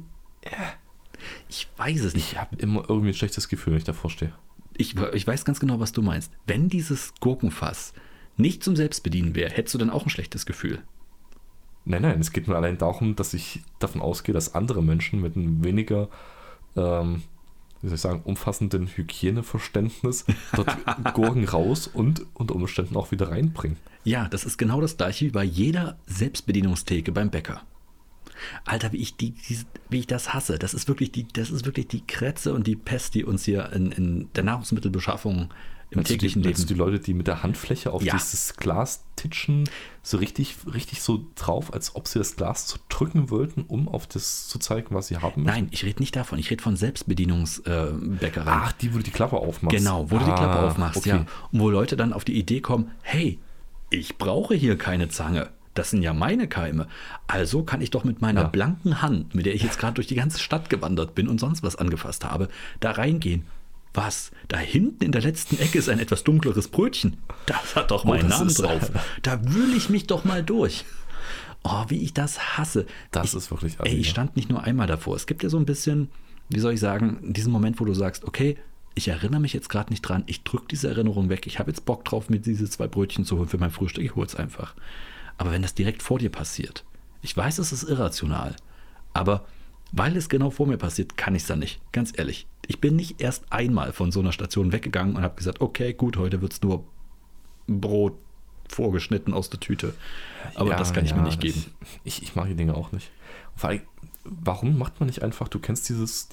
[SPEAKER 1] Ich weiß es nicht.
[SPEAKER 2] Ich habe immer irgendwie ein schlechtes Gefühl, wenn ich davor stehe.
[SPEAKER 1] Ich weiß ganz genau, was du meinst. Wenn dieses Gurkenfass nicht zum Selbstbedienen wäre, hättest du dann auch ein schlechtes Gefühl.
[SPEAKER 2] Nein, es geht nur allein darum, dass ich davon ausgehe, dass andere Menschen mit einem weniger, wie soll ich sagen, umfassenden Hygieneverständnis dort Gurken raus und unter Umständen auch wieder reinbringen.
[SPEAKER 1] Ja, das ist genau das gleiche wie bei jeder Selbstbedienungstheke beim Bäcker. Alter, wie ich das hasse. Das ist wirklich die Krätze und die Pest, die uns hier in der Nahrungsmittelbeschaffung im täglichen
[SPEAKER 2] Meinst
[SPEAKER 1] Leben.
[SPEAKER 2] du die Leute, die mit der Handfläche auf
[SPEAKER 1] Ja.
[SPEAKER 2] dieses Glas titschen, so richtig so drauf, als ob sie das Glas so drücken wollten, um auf das zu zeigen, was sie haben möchten?
[SPEAKER 1] Nein, ich rede nicht davon. Ich rede von Selbstbedienungsbäckereien.
[SPEAKER 2] Ach, die, wo du die Klappe aufmachst.
[SPEAKER 1] Genau, wo du die Klappe aufmachst,
[SPEAKER 2] okay.
[SPEAKER 1] ja. Und wo Leute dann auf die Idee kommen, hey, ich brauche hier keine Zange. Das sind ja meine Keime. Also kann ich doch mit meiner
[SPEAKER 2] Ja.
[SPEAKER 1] blanken Hand, mit der ich jetzt gerade durch die ganze Stadt gewandert bin und sonst was angefasst habe, da reingehen. Was? Da hinten in der letzten Ecke ist ein etwas dunkleres Brötchen. Das hat doch meinen
[SPEAKER 2] das
[SPEAKER 1] Namen
[SPEAKER 2] ist-
[SPEAKER 1] drauf. Da wühle ich mich doch mal durch. Oh, wie ich das hasse.
[SPEAKER 2] Das ist wirklich assi,
[SPEAKER 1] Ey, ich
[SPEAKER 2] ja.
[SPEAKER 1] stand nicht nur einmal davor. Es gibt ja so ein bisschen, wie soll ich sagen, diesen Moment, wo du sagst, okay, ich erinnere mich jetzt gerade nicht dran, ich drücke diese Erinnerung weg, ich habe jetzt Bock drauf, mir diese 2 Brötchen zu holen für mein Frühstück, ich hole es einfach. Aber wenn das direkt vor dir passiert, ich weiß, es ist irrational, aber weil es genau vor mir passiert, kann ich es dann nicht, ganz ehrlich. Ich bin nicht erst einmal von so einer Station weggegangen und habe gesagt, okay, gut, heute wird es nur Brot vorgeschnitten aus der Tüte. Aber
[SPEAKER 2] Ja,
[SPEAKER 1] das kann ich mir nicht
[SPEAKER 2] das-
[SPEAKER 1] geben.
[SPEAKER 2] Ich mag die Dinge auch nicht. Vor allem, warum macht man nicht einfach, du kennst dieses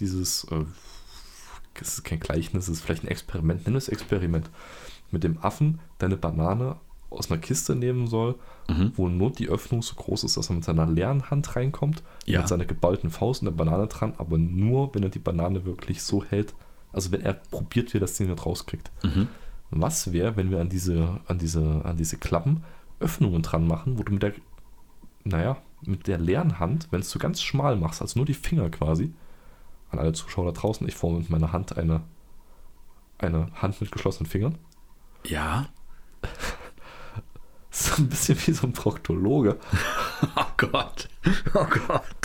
[SPEAKER 2] es ist kein Gleichnis, es ist vielleicht ein Experiment, nenn es Experiment, mit dem Affen deine Banane aus einer Kiste nehmen soll, wo nur die Öffnung so groß ist, dass er mit seiner leeren Hand reinkommt,
[SPEAKER 1] Ja.
[SPEAKER 2] mit seiner geballten Faust eine Banane dran, aber nur, wenn er die Banane wirklich so hält, also wenn er probiert, wie er das Ding nicht rauskriegt. Was wäre, wenn wir an diese Klappen Öffnungen dran machen, wo du mit der leeren Hand, wenn es so ganz schmal machst, also nur die Finger quasi, an alle Zuschauer da draußen, ich forme mit meiner Hand eine Hand mit geschlossenen Fingern.
[SPEAKER 1] Ja.
[SPEAKER 2] So ein bisschen wie so ein Proktologe.
[SPEAKER 1] Oh Gott. Oh Gott.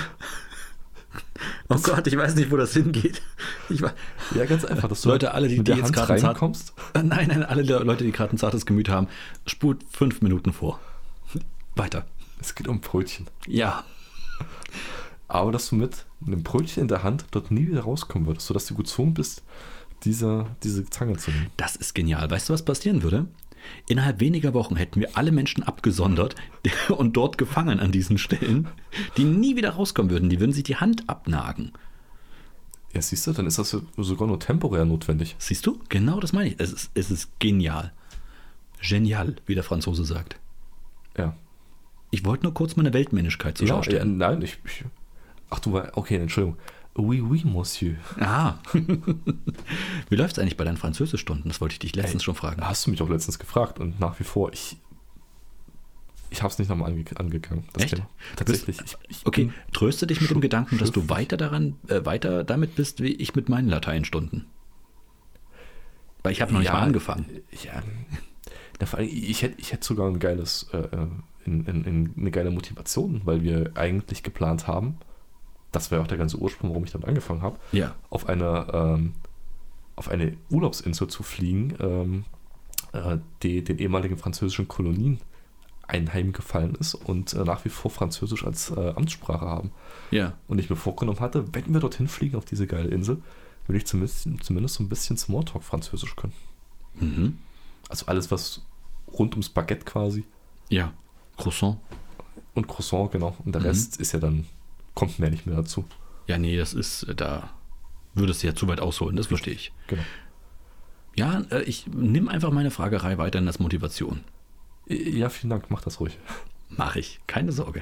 [SPEAKER 1] Oh Gott, ich weiß nicht, wo das hingeht.
[SPEAKER 2] Ja, ganz einfach, dass du
[SPEAKER 1] Leute, alle, die
[SPEAKER 2] mit der
[SPEAKER 1] jetzt
[SPEAKER 2] Hand
[SPEAKER 1] gerade
[SPEAKER 2] reinkommst.
[SPEAKER 1] Nein, alle Leute, die gerade ein zartes Gemüt haben, spult 5 Minuten vor. Weiter.
[SPEAKER 2] Es geht um Brötchen.
[SPEAKER 1] Ja.
[SPEAKER 2] Aber dass du mit einem Brötchen in der Hand dort nie wieder rauskommen würdest, sodass du gezwungen bist, diese Zange zu nehmen.
[SPEAKER 1] Das ist genial. Weißt du, was passieren würde? Innerhalb weniger Wochen hätten wir alle Menschen abgesondert und dort gefangen an diesen Stellen, die nie wieder rauskommen würden. Die würden sich die Hand abnagen.
[SPEAKER 2] Ja, siehst du, dann ist das ja sogar nur temporär notwendig.
[SPEAKER 1] Siehst du? Genau das meine ich. Es ist genial. Genial, wie der Franzose sagt.
[SPEAKER 2] Ja.
[SPEAKER 1] Ich wollte nur kurz meine Weltmännlichkeit zur Schau stellen.
[SPEAKER 2] Nein, ach du war, okay, Entschuldigung. Oui, oui, Monsieur.
[SPEAKER 1] Ah. Wie läuft es eigentlich bei deinen Französischstunden? Das wollte ich dich letztens schon fragen.
[SPEAKER 2] Hast du mich auch letztens gefragt und nach wie vor, ich habe es nicht nochmal angegangen. Das
[SPEAKER 1] Echt?
[SPEAKER 2] Thema. Tatsächlich. Ich
[SPEAKER 1] Okay,
[SPEAKER 2] bin
[SPEAKER 1] tröste dich mit dem Gedanken, dass du
[SPEAKER 2] schiff-
[SPEAKER 1] weiter damit bist, wie ich mit meinen Lateinstunden. Weil ich habe noch nicht mal angefangen.
[SPEAKER 2] Ja, vor allem, ich hätte sogar ein geiles, eine geile Motivation, weil wir eigentlich geplant haben, das war ja auch der ganze Ursprung, warum ich damit angefangen habe,
[SPEAKER 1] Ja.
[SPEAKER 2] auf eine Urlaubsinsel zu fliegen, den ehemaligen französischen Kolonien einheimgefallen ist und nach wie vor Französisch als Amtssprache haben.
[SPEAKER 1] Ja.
[SPEAKER 2] Und ich mir vorgenommen hatte, wenn wir dorthin fliegen auf diese geile Insel, will ich zumindest so ein bisschen Smalltalk Französisch können.
[SPEAKER 1] Mhm.
[SPEAKER 2] Also alles, was rund ums Baguette quasi.
[SPEAKER 1] Ja. Croissant.
[SPEAKER 2] Und Croissant, genau. Und der Rest ist ja dann, kommt mehr nicht mehr dazu.
[SPEAKER 1] Ja, nee, das ist, da würdest du ja zu weit ausholen, das verstehe ich.
[SPEAKER 2] Genau.
[SPEAKER 1] Ja, ich nehme einfach meine Fragerei weiterhin als Motivation.
[SPEAKER 2] Ja, vielen Dank, mach das ruhig.
[SPEAKER 1] Mache ich, keine Sorge.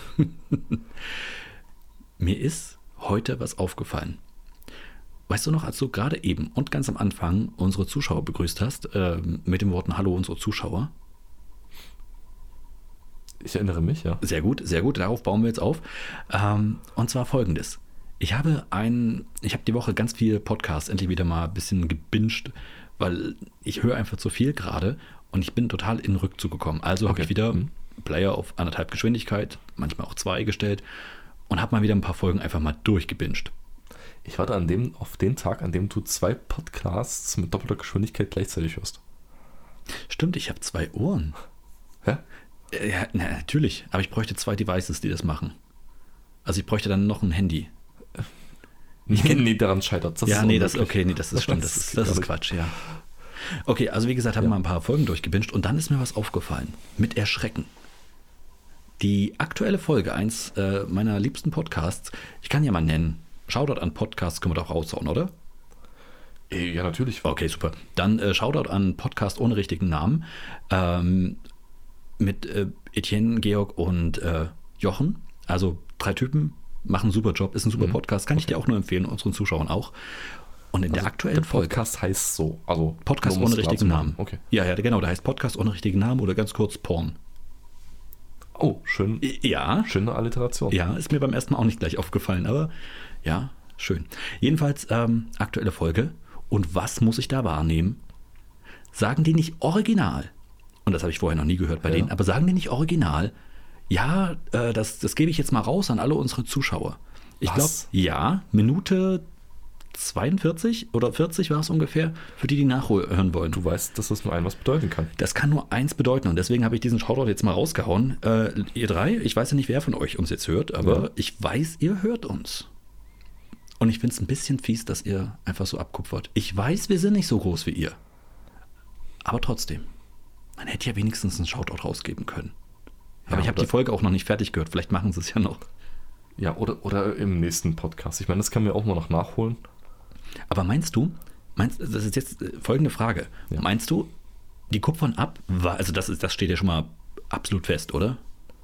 [SPEAKER 1] Mir ist heute was aufgefallen. Weißt du noch, als du gerade eben und ganz am Anfang unsere Zuschauer begrüßt hast, mit den Worten Hallo unsere Zuschauer?
[SPEAKER 2] Ich erinnere mich, ja.
[SPEAKER 1] Sehr gut, darauf bauen wir jetzt auf. Und zwar folgendes. Ich habe die Woche ganz viel Podcasts endlich wieder mal ein bisschen gebinged, weil ich höre einfach zu viel gerade und ich bin total in den Rückzug gekommen. Also habe ich wieder Player auf 1,5 Geschwindigkeit, manchmal auch 2 gestellt und habe mal wieder ein paar Folgen einfach mal durchgebinged.
[SPEAKER 2] Ich warte auf den Tag, an dem du 2 Podcasts mit doppelter Geschwindigkeit gleichzeitig hörst.
[SPEAKER 1] Stimmt, ich habe 2 Ohren.
[SPEAKER 2] Hä?
[SPEAKER 1] Ja, natürlich, aber ich bräuchte 2 Devices, die das machen. Also ich bräuchte dann noch ein Handy.
[SPEAKER 2] Nee, daran scheitert es.
[SPEAKER 1] Ja, nee, das ist stimmt, das ist Quatsch, ja. Okay, also wie gesagt, habe mal ein paar Folgen durchgebinged und dann ist mir was aufgefallen. Mit Erschrecken. Die aktuelle Folge, eins meiner liebsten Podcasts, ich kann ja mal nennen, Shoutout an Podcasts, können wir doch raushauen, oder?
[SPEAKER 2] Ja, natürlich.
[SPEAKER 1] Okay, super. Dann Shoutout an Podcast ohne richtigen Namen mit Etienne, Georg und Jochen. Also 3 Typen, machen einen super Job, ist ein super Podcast, kann ich dir auch nur empfehlen, unseren Zuschauern auch. Und in der aktuellen Folge.
[SPEAKER 2] Podcast heißt so, also
[SPEAKER 1] Podcast ohne richtigen Namen.
[SPEAKER 2] Okay.
[SPEAKER 1] Ja, genau, der heißt Podcast ohne richtigen Namen oder ganz kurz Porn.
[SPEAKER 2] Oh, schön.
[SPEAKER 1] Ja.
[SPEAKER 2] Schöne Alliteration.
[SPEAKER 1] Ja, ist mir beim ersten Mal auch nicht gleich aufgefallen, aber ja, schön. Jedenfalls aktuelle Folge. Und was muss ich da wahrnehmen? Sagen die nicht original? Und das habe ich vorher noch nie gehört bei denen, aber sagen die nicht original? Ja, das gebe ich jetzt mal raus an alle unsere Zuschauer. Ich glaube, ja, Minute 42 oder 40 war es ungefähr, für die nachhören wollen.
[SPEAKER 2] Du weißt, dass das nur was bedeuten kann.
[SPEAKER 1] Das kann nur eins bedeuten und deswegen habe ich diesen Shoutout jetzt mal rausgehauen. Ihr 3, ich weiß ja nicht, wer von euch uns jetzt hört, aber ich weiß, ihr hört uns. Und ich finde es ein bisschen fies, dass ihr einfach so abkupfert. Ich weiß, wir sind nicht so groß wie ihr. Aber trotzdem, man hätte ja wenigstens einen Shoutout rausgeben können. Aber ich habe die Folge auch noch nicht fertig gehört. Vielleicht machen sie es ja noch.
[SPEAKER 2] Ja, oder im nächsten Podcast. Ich meine, das können wir auch mal noch nachholen.
[SPEAKER 1] Aber meinst du, das ist jetzt folgende Frage. Ja. Meinst du, die kupfern ab? Also das steht ja schon mal absolut fest, oder?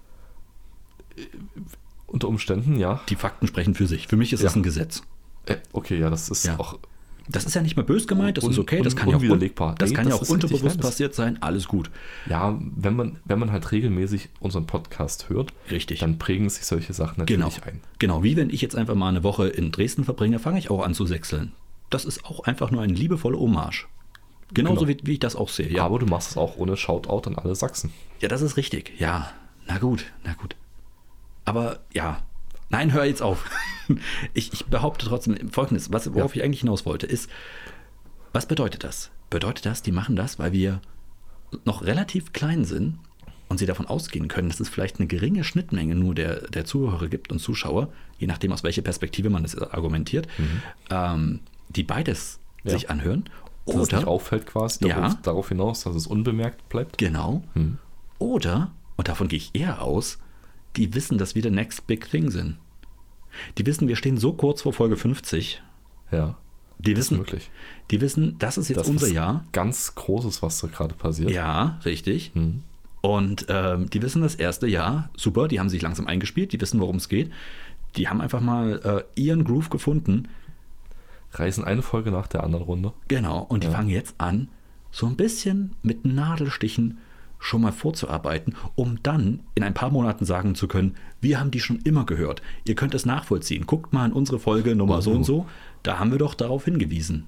[SPEAKER 2] Unter Umständen, ja.
[SPEAKER 1] Die Fakten sprechen für sich. Für mich ist das ein Gesetz.
[SPEAKER 2] Okay, ja, das ist auch...
[SPEAKER 1] Das ist ja nicht mal böse gemeint, das ist okay, das kann ja auch unterbewusst passiert sein, alles gut.
[SPEAKER 2] Ja, wenn man halt regelmäßig unseren Podcast hört, dann prägen sich solche Sachen natürlich ein.
[SPEAKER 1] Genau, wie wenn ich jetzt einfach mal eine Woche in Dresden verbringe, fange ich auch an zu sächseln. Das ist auch einfach nur eine liebevolle Hommage. Genauso wie ich das auch sehe. Ja.
[SPEAKER 2] Aber du machst es auch ohne Shoutout an alle Sachsen.
[SPEAKER 1] Ja, das ist richtig, ja. Na gut. Aber ja, nein, hör jetzt auf. Ich behaupte trotzdem Folgendes, worauf ich eigentlich hinaus wollte, ist, was bedeutet das? Bedeutet das, die machen das, weil wir noch relativ klein sind und sie davon ausgehen können, dass es vielleicht eine geringe Schnittmenge nur der Zuhörer gibt und Zuschauer, je nachdem, aus welcher Perspektive man das argumentiert, die beides sich anhören.
[SPEAKER 2] Dass es nicht auffällt quasi, darauf hinaus, dass es unbemerkt bleibt.
[SPEAKER 1] Genau. Oder, und davon gehe ich eher aus, die wissen, dass wir der Next Big Thing sind. Die wissen, wir stehen so kurz vor Folge 50.
[SPEAKER 2] Ja,
[SPEAKER 1] die wissen,
[SPEAKER 2] möglich.
[SPEAKER 1] Die wissen, das ist jetzt unser Jahr.
[SPEAKER 2] Ganz Großes, was da gerade passiert.
[SPEAKER 1] Ja, richtig. Und die wissen das erste Jahr, super, die haben sich langsam eingespielt, die wissen, worum es geht. Die haben einfach mal ihren Groove gefunden.
[SPEAKER 2] Reißen eine Folge nach der anderen runter.
[SPEAKER 1] Genau, und die fangen jetzt an, so ein bisschen mit Nadelstichen schon mal vorzuarbeiten, um dann in ein paar Monaten sagen zu können, wir haben die schon immer gehört. Ihr könnt es nachvollziehen. Guckt mal in unsere Folge Nummer so und so. Da haben wir doch darauf hingewiesen.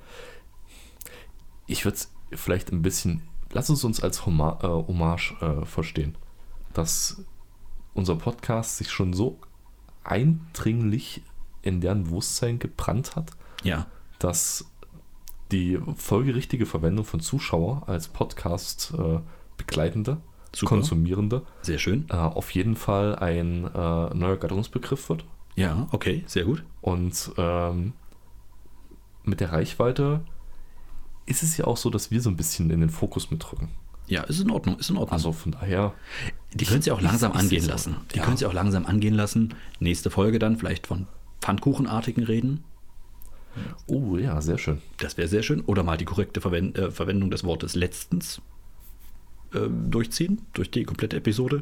[SPEAKER 2] Ich würde es vielleicht ein bisschen, lass uns als Hommage verstehen, dass unser Podcast sich schon so eindringlich in deren Bewusstsein gebrannt hat, dass die folgerichtige Verwendung von Zuschauer als Podcast Begleitende, Konsumierende,
[SPEAKER 1] sehr schön,
[SPEAKER 2] auf jeden Fall ein neuer Gattungsbegriff wird.
[SPEAKER 1] Ja, okay, sehr gut.
[SPEAKER 2] Und mit der Reichweite ist es ja auch so, dass wir so ein bisschen in den Fokus mitrücken.
[SPEAKER 1] Ja, ist in Ordnung, ist in Ordnung.
[SPEAKER 2] Also von daher.
[SPEAKER 1] Die können sie auch langsam angehen
[SPEAKER 2] so.
[SPEAKER 1] lassen. Die
[SPEAKER 2] Ja.
[SPEAKER 1] können sie auch langsam angehen lassen. Nächste Folge dann vielleicht von Pfannkuchenartigen reden.
[SPEAKER 2] Oh ja, sehr schön.
[SPEAKER 1] Das wäre sehr schön. Oder mal die korrekte Verwendung des Wortes letztens durchziehen, durch die komplette Episode.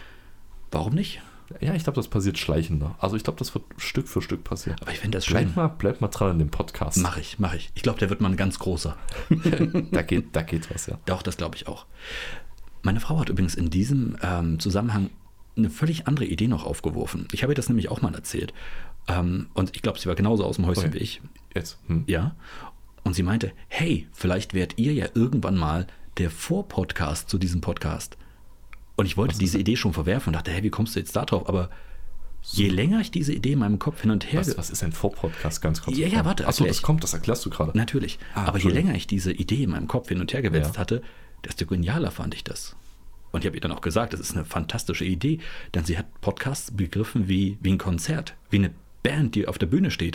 [SPEAKER 1] Warum nicht?
[SPEAKER 2] Ja, ich glaube, das passiert schleichender. Also ich glaube, das wird Stück für Stück passieren.
[SPEAKER 1] Aber ich finde das schön.
[SPEAKER 2] Bleib mal dran an dem Podcast.
[SPEAKER 1] Mach ich. Ich glaube, der wird mal ein ganz großer.
[SPEAKER 2] Da geht was, ja.
[SPEAKER 1] Doch, das glaube ich auch. Meine Frau hat übrigens in diesem Zusammenhang eine völlig andere Idee noch aufgeworfen. Ich habe ihr das nämlich auch mal erzählt. Und ich glaube, sie war genauso aus dem Häuschen
[SPEAKER 2] Okay.
[SPEAKER 1] wie ich.
[SPEAKER 2] Jetzt.
[SPEAKER 1] Ja. Und sie meinte, hey, vielleicht werdet ihr ja irgendwann mal der Vorpodcast zu diesem Podcast. Und ich wollte diese Idee schon verwerfen und dachte, hey, wie kommst du jetzt da drauf? Aber je länger ich diese Idee in meinem Kopf hin und her...
[SPEAKER 2] Was ist ein Vorpodcast? Ganz kurz.
[SPEAKER 1] Ja, warte,
[SPEAKER 2] Achso,
[SPEAKER 1] erklär ich.
[SPEAKER 2] das erklärst du gerade.
[SPEAKER 1] Natürlich. Aber je
[SPEAKER 2] Entschuldigung.
[SPEAKER 1] länger ich diese Idee in meinem Kopf hin und her gewälzt
[SPEAKER 2] Ja.
[SPEAKER 1] hatte, desto genialer fand ich das. Und ich habe ihr dann auch gesagt, das ist eine fantastische Idee, denn sie hat Podcasts begriffen wie ein Konzert, wie eine Band, die auf der Bühne steht.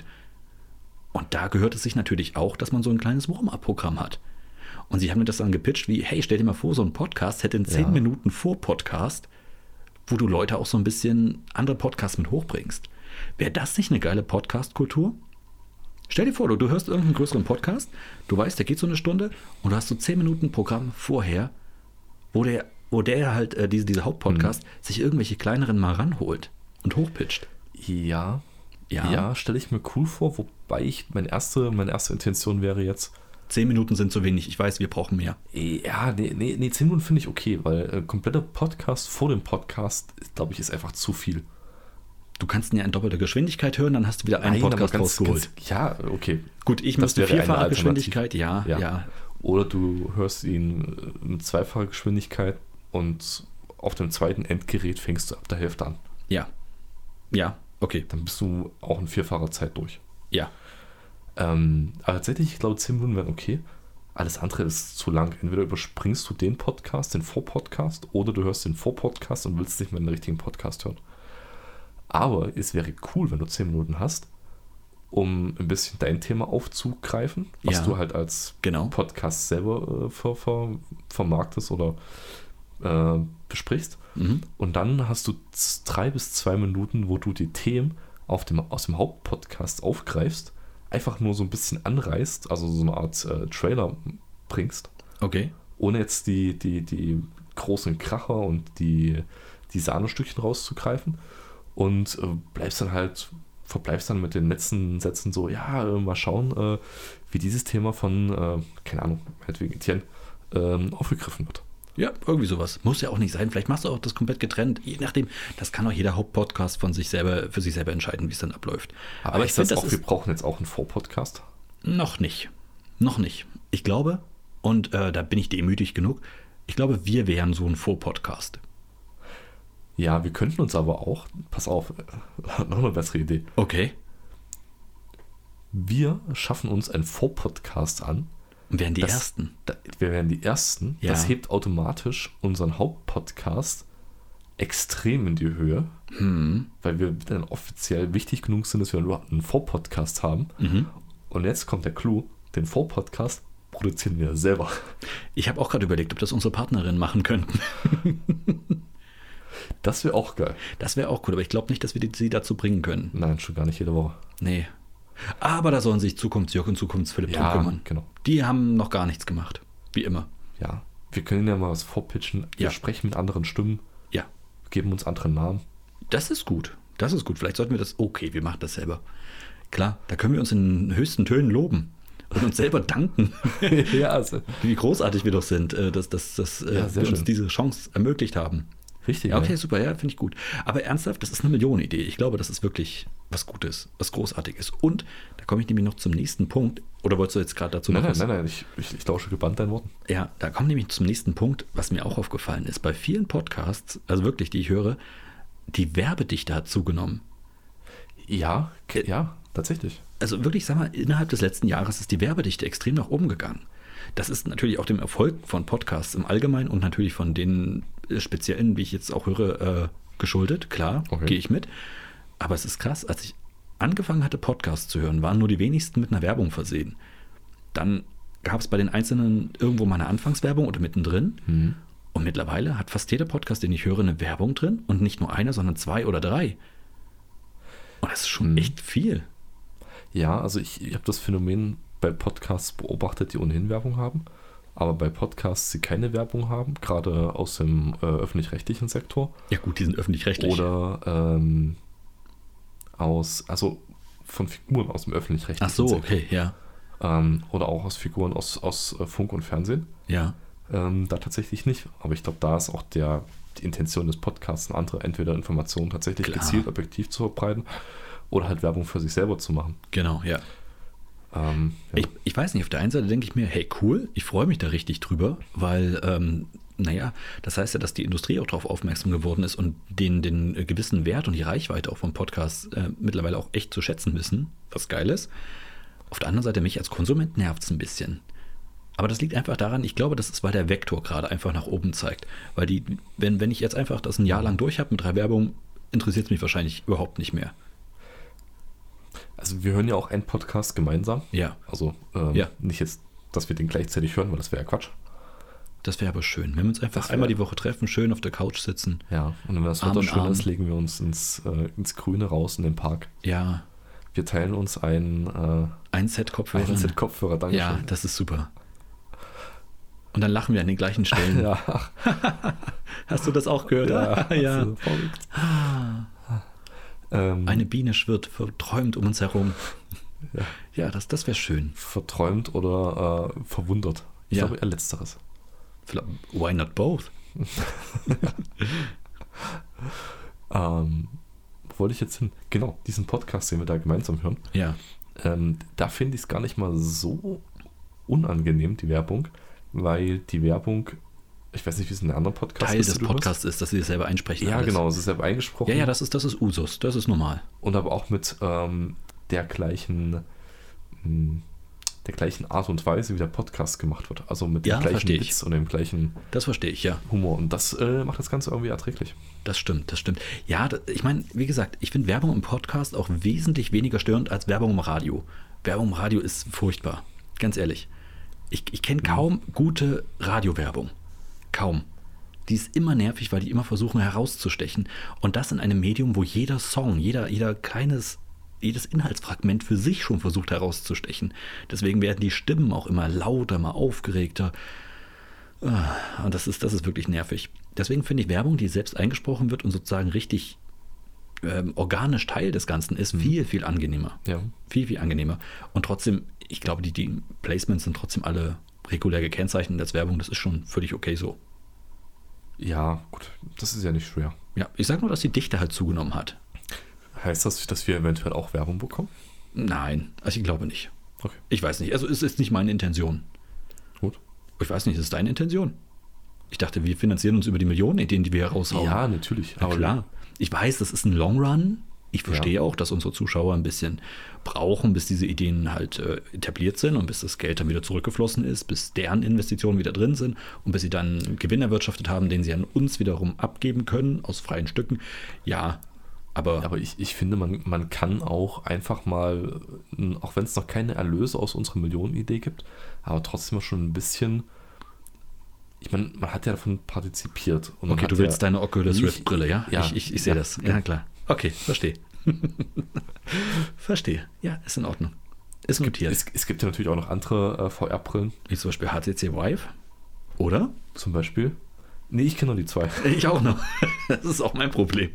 [SPEAKER 1] Und da gehört es sich natürlich auch, dass man so ein kleines Warm-up-Programm hat. Und sie haben mir das dann gepitcht wie, hey, stell dir mal vor, so ein Podcast hätte in 10
[SPEAKER 2] Ja.
[SPEAKER 1] Minuten Vor-Podcast, wo du Leute auch so ein bisschen andere Podcasts mit hochbringst. Wäre das nicht eine geile Podcast-Kultur? Stell dir vor, du hörst irgendeinen größeren Podcast, du weißt, der geht so eine Stunde und du hast so 10 Minuten Programm vorher, wo der halt, diese Hauptpodcast, sich irgendwelche kleineren mal ranholt und hochpitcht.
[SPEAKER 2] Ja.
[SPEAKER 1] Ja.
[SPEAKER 2] Ja, stelle ich mir cool vor, wobei meine erste Intention wäre jetzt,
[SPEAKER 1] 10 Minuten sind zu wenig, ich weiß, wir brauchen mehr.
[SPEAKER 2] ja, nee, 10 Minuten finde ich okay, weil kompletter Podcast vor dem Podcast, glaube ich, ist einfach zu viel.
[SPEAKER 1] Du kannst ihn ja in doppelter Geschwindigkeit hören, dann hast du wieder einen
[SPEAKER 2] Nein, aber
[SPEAKER 1] Podcast rausgeholt.
[SPEAKER 2] Ja, okay.
[SPEAKER 1] Gut, ich
[SPEAKER 2] Das
[SPEAKER 1] müsste
[SPEAKER 2] wäre eine
[SPEAKER 1] vierfache
[SPEAKER 2] Alternative.
[SPEAKER 1] Geschwindigkeit, ja.
[SPEAKER 2] Oder du hörst ihn mit zweifacher Geschwindigkeit und auf dem zweiten Endgerät fängst du ab der Hälfte an.
[SPEAKER 1] Ja, okay,
[SPEAKER 2] Dann bist du auch in vierfacher Zeit durch.
[SPEAKER 1] ja.
[SPEAKER 2] Aber tatsächlich, ich glaube, 10 Minuten wären okay. Alles andere ist zu lang. Entweder überspringst du den Podcast, den Vorpodcast, oder du hörst den Vorpodcast und willst nicht mehr den richtigen Podcast hören. Aber es wäre cool, wenn du 10 Minuten hast, um ein bisschen dein Thema aufzugreifen, was
[SPEAKER 1] Ja.
[SPEAKER 2] du halt als
[SPEAKER 1] Genau.
[SPEAKER 2] Podcast selber vermarktest oder besprichst.
[SPEAKER 1] Mhm.
[SPEAKER 2] Und dann hast du 3 bis 2 Minuten, wo du die Themen aus dem Hauptpodcast aufgreifst, einfach nur so ein bisschen anreißt, also so eine Art Trailer bringst,
[SPEAKER 1] Okay.
[SPEAKER 2] ohne jetzt die großen Kracher und die Sahnestückchen rauszugreifen und verbleibst dann mit den letzten Sätzen so, ja, mal schauen, wie dieses Thema von, keine Ahnung, Hedwig Etienne aufgegriffen wird.
[SPEAKER 1] Ja, irgendwie sowas. Muss ja auch nicht sein. Vielleicht machst du auch das komplett getrennt. Je nachdem, das kann auch jeder Hauptpodcast für sich selber entscheiden, wie es dann abläuft. Aber ich finde,
[SPEAKER 2] wir brauchen jetzt auch einen Vorpodcast.
[SPEAKER 1] Noch nicht. Ich glaube, und da bin ich demütig genug, ich glaube, wir wären so ein Vorpodcast.
[SPEAKER 2] Ja, wir könnten uns aber auch, pass auf, noch eine bessere Idee.
[SPEAKER 1] Okay.
[SPEAKER 2] Wir schaffen uns einen Vorpodcast an.
[SPEAKER 1] Und wären die Ersten.
[SPEAKER 2] Wir wären die Ersten.
[SPEAKER 1] Ja.
[SPEAKER 2] Das hebt automatisch unseren Hauptpodcast extrem in die Höhe, weil wir dann offiziell wichtig genug sind, dass wir überhaupt einen Vorpodcast haben. Und jetzt kommt der Clou, den Vorpodcast produzieren wir selber.
[SPEAKER 1] Ich habe auch gerade überlegt, ob das unsere Partnerinnen machen könnten.
[SPEAKER 2] Das wäre auch geil.
[SPEAKER 1] Das wäre auch cool, aber ich glaube nicht, dass wir sie dazu bringen können.
[SPEAKER 2] Nein, schon gar nicht jede Woche.
[SPEAKER 1] Nee. Aber da sollen sich Zukunftsjörg und Zukunftsphilipp drum kümmern.
[SPEAKER 2] Genau.
[SPEAKER 1] Die haben noch gar nichts gemacht. Wie immer.
[SPEAKER 2] Ja, wir können ja mal was vorpitchen. Wir
[SPEAKER 1] Ja.
[SPEAKER 2] sprechen mit anderen Stimmen,
[SPEAKER 1] Ja.
[SPEAKER 2] geben uns andere Namen.
[SPEAKER 1] Das ist gut. Vielleicht sollten wir das. Okay, wir machen das selber. Klar, da können wir uns in höchsten Tönen loben und uns selber danken,
[SPEAKER 2] Ja, also,
[SPEAKER 1] wie großartig wir doch sind, dass
[SPEAKER 2] sehr
[SPEAKER 1] wir uns
[SPEAKER 2] schön.
[SPEAKER 1] diese Chance ermöglicht haben.
[SPEAKER 2] richtig.
[SPEAKER 1] Ja, okay, super, ja, finde ich gut. Aber ernsthaft, das ist eine Millionenidee. Ich glaube, das ist wirklich was Gutes, was Großartiges. Und da komme ich nämlich noch zum nächsten Punkt. Oder wolltest du jetzt gerade dazu noch was?
[SPEAKER 2] Nein, ich lausche gebannt deinen Worten.
[SPEAKER 1] Ja, da kommen nämlich zum nächsten Punkt, was mir auch aufgefallen ist. Bei vielen Podcasts, also wirklich, die ich höre, die Werbedichte hat zugenommen.
[SPEAKER 2] Ja, tatsächlich.
[SPEAKER 1] Also wirklich, sag mal, innerhalb des letzten Jahres ist die Werbedichte extrem nach oben gegangen. Das ist natürlich auch dem Erfolg von Podcasts im Allgemeinen und natürlich von den speziellen, wie ich jetzt auch höre, geschuldet. Klar,
[SPEAKER 2] Okay.
[SPEAKER 1] gehe ich mit. Aber es ist krass, als ich angefangen hatte, Podcasts zu hören, waren nur die wenigsten mit einer Werbung versehen. Dann gab es bei den Einzelnen irgendwo mal eine Anfangswerbung oder mittendrin.
[SPEAKER 2] Mhm.
[SPEAKER 1] Und mittlerweile hat fast jeder Podcast, den ich höre, eine Werbung drin. Und nicht nur eine, sondern 2 oder 3. Und das ist schon echt viel.
[SPEAKER 2] Ja, also ich habe das Phänomen bei Podcasts beobachtet, die ohnehin Werbung haben. Aber bei Podcasts, die keine Werbung haben, gerade aus dem öffentlich-rechtlichen Sektor.
[SPEAKER 1] Ja gut, die sind öffentlich-rechtlich.
[SPEAKER 2] Oder also von Figuren aus dem öffentlich-rechtlichen
[SPEAKER 1] Ach so,
[SPEAKER 2] Sektor.
[SPEAKER 1] okay, ja.
[SPEAKER 2] Oder auch aus Figuren aus Funk und Fernsehen.
[SPEAKER 1] Ja.
[SPEAKER 2] Da tatsächlich nicht. Aber ich glaube, da ist auch die Intention des Podcasts eine andere, entweder Informationen tatsächlich
[SPEAKER 1] Klar.
[SPEAKER 2] gezielt objektiv zu verbreiten oder halt Werbung für sich selber zu machen.
[SPEAKER 1] Genau, ja.
[SPEAKER 2] Ja.
[SPEAKER 1] Ich weiß nicht, auf der einen Seite denke ich mir, hey cool, ich freue mich da richtig drüber, weil, das heißt ja, dass die Industrie auch darauf aufmerksam geworden ist und den gewissen Wert und die Reichweite auch vom Podcast mittlerweile auch echt zu schätzen wissen, was geil ist. Auf der anderen Seite, mich als Konsument nervt es ein bisschen. Aber das liegt einfach daran, ich glaube, das ist, weil der Vektor gerade einfach nach oben zeigt. Weil wenn ich jetzt einfach das ein Jahr lang durch habe mit 3 Werbungen, interessiert es mich wahrscheinlich überhaupt nicht mehr.
[SPEAKER 2] Also wir hören ja auch einen Podcast gemeinsam.
[SPEAKER 1] Ja.
[SPEAKER 2] Also
[SPEAKER 1] Ja.
[SPEAKER 2] nicht jetzt, dass wir den gleichzeitig hören, weil das wäre ja Quatsch.
[SPEAKER 1] Das wäre aber schön. Wenn wir uns einfach einmal die Woche treffen, schön auf der Couch sitzen.
[SPEAKER 2] Ja, und wenn das
[SPEAKER 1] Arm
[SPEAKER 2] Wetter
[SPEAKER 1] in
[SPEAKER 2] schön
[SPEAKER 1] Arm.
[SPEAKER 2] ist, legen wir uns ins Grüne raus in den Park.
[SPEAKER 1] Ja,
[SPEAKER 2] Wir teilen uns ein
[SPEAKER 1] Set Kopfhörer.
[SPEAKER 2] Set Kopfhörer, danke
[SPEAKER 1] Ja,
[SPEAKER 2] schön.
[SPEAKER 1] das ist super. Und dann lachen wir an den gleichen Stellen.
[SPEAKER 2] Ja,
[SPEAKER 1] Hast du das auch gehört? Ja.
[SPEAKER 2] also verrückt.
[SPEAKER 1] Eine Biene schwirrt verträumt um uns herum. Ja, das wäre schön.
[SPEAKER 2] Verträumt oder verwundert. Ich
[SPEAKER 1] Ja.
[SPEAKER 2] glaube eher letzteres.
[SPEAKER 1] Why not both?
[SPEAKER 2] Wo wollte ich jetzt hin? Genau, diesen Podcast, den wir da gemeinsam hören.
[SPEAKER 1] Ja.
[SPEAKER 2] Da finde ich es gar nicht mal so unangenehm, die Werbung, weil die Werbung, ich weiß nicht, wie es in einem anderen Podcast
[SPEAKER 1] Teil
[SPEAKER 2] ist.
[SPEAKER 1] des Podcasts ist, dass sie das selber einsprechen.
[SPEAKER 2] Ja,
[SPEAKER 1] alles.
[SPEAKER 2] genau, es ist selber eingesprochen.
[SPEAKER 1] Ja, das ist Usus, das ist normal.
[SPEAKER 2] Und aber auch mit der gleichen Art und Weise, wie der Podcast gemacht wird. Also mit dem
[SPEAKER 1] Ja,
[SPEAKER 2] gleichen
[SPEAKER 1] verstehe ich.
[SPEAKER 2] Witz und dem gleichen
[SPEAKER 1] Das verstehe ich, ja.
[SPEAKER 2] Humor. Und das macht das Ganze irgendwie erträglich.
[SPEAKER 1] Das stimmt. Ja, ich meine, wie gesagt, ich finde Werbung im Podcast auch wesentlich weniger störend als Werbung im Radio. Werbung im Radio ist furchtbar, ganz ehrlich. Ich kenne kaum gute Radiowerbung. Kaum. Die ist immer nervig, weil die immer versuchen herauszustechen. Und das in einem Medium, wo jeder Song, jedes Inhaltsfragment für sich schon versucht herauszustechen. Deswegen werden die Stimmen auch immer lauter, mal aufgeregter. Und das ist wirklich nervig. Deswegen finde ich Werbung, die selbst eingesprochen wird und sozusagen richtig organisch Teil des Ganzen ist, viel, viel angenehmer.
[SPEAKER 2] Ja.
[SPEAKER 1] Viel, viel angenehmer. Und trotzdem, ich glaube, die Placements sind trotzdem alle regulär gekennzeichnet als Werbung. Das ist schon völlig okay so.
[SPEAKER 2] Ja, gut, das ist ja nicht schwer.
[SPEAKER 1] Ja, ich sage nur, dass die Dichte halt zugenommen hat.
[SPEAKER 2] Heißt das, dass wir eventuell auch Werbung bekommen?
[SPEAKER 1] Nein, also ich glaube nicht.
[SPEAKER 2] Okay.
[SPEAKER 1] Ich weiß nicht. Also es ist nicht meine Intention.
[SPEAKER 2] Gut.
[SPEAKER 1] Ich weiß nicht, ist es deine Intention? Ich dachte, wir finanzieren uns über die Millionenideen, die wir hier raushauen.
[SPEAKER 2] Ja, natürlich.
[SPEAKER 1] Na klar. Ich weiß, das ist ein Long Run. Ich verstehe auch, dass unsere Zuschauer ein bisschen brauchen, bis diese Ideen halt etabliert sind und bis das Geld dann wieder zurückgeflossen ist, bis deren Investitionen wieder drin sind und bis sie dann einen Gewinn erwirtschaftet haben, den sie an uns wiederum abgeben können aus freien Stücken. Ja, aber
[SPEAKER 2] ich finde, man kann auch einfach mal, auch wenn es noch keine Erlöse aus unserer Millionenidee gibt, aber trotzdem schon ein bisschen, ich meine, man hat ja davon partizipiert. Und
[SPEAKER 1] okay, du willst deine Oculus Rift Brille, ja?
[SPEAKER 2] Ja.
[SPEAKER 1] Ich sehe das. Ja, klar. Okay, verstehe. Verstehe. Ja, ist in Ordnung. Ist notiert.
[SPEAKER 2] Es gibt ja natürlich auch noch andere VR-Brillen.
[SPEAKER 1] Wie zum Beispiel HTC Vive. Oder?
[SPEAKER 2] Zum Beispiel. Nee, ich kenne nur die 2.
[SPEAKER 1] Ich auch noch. Das ist auch mein Problem.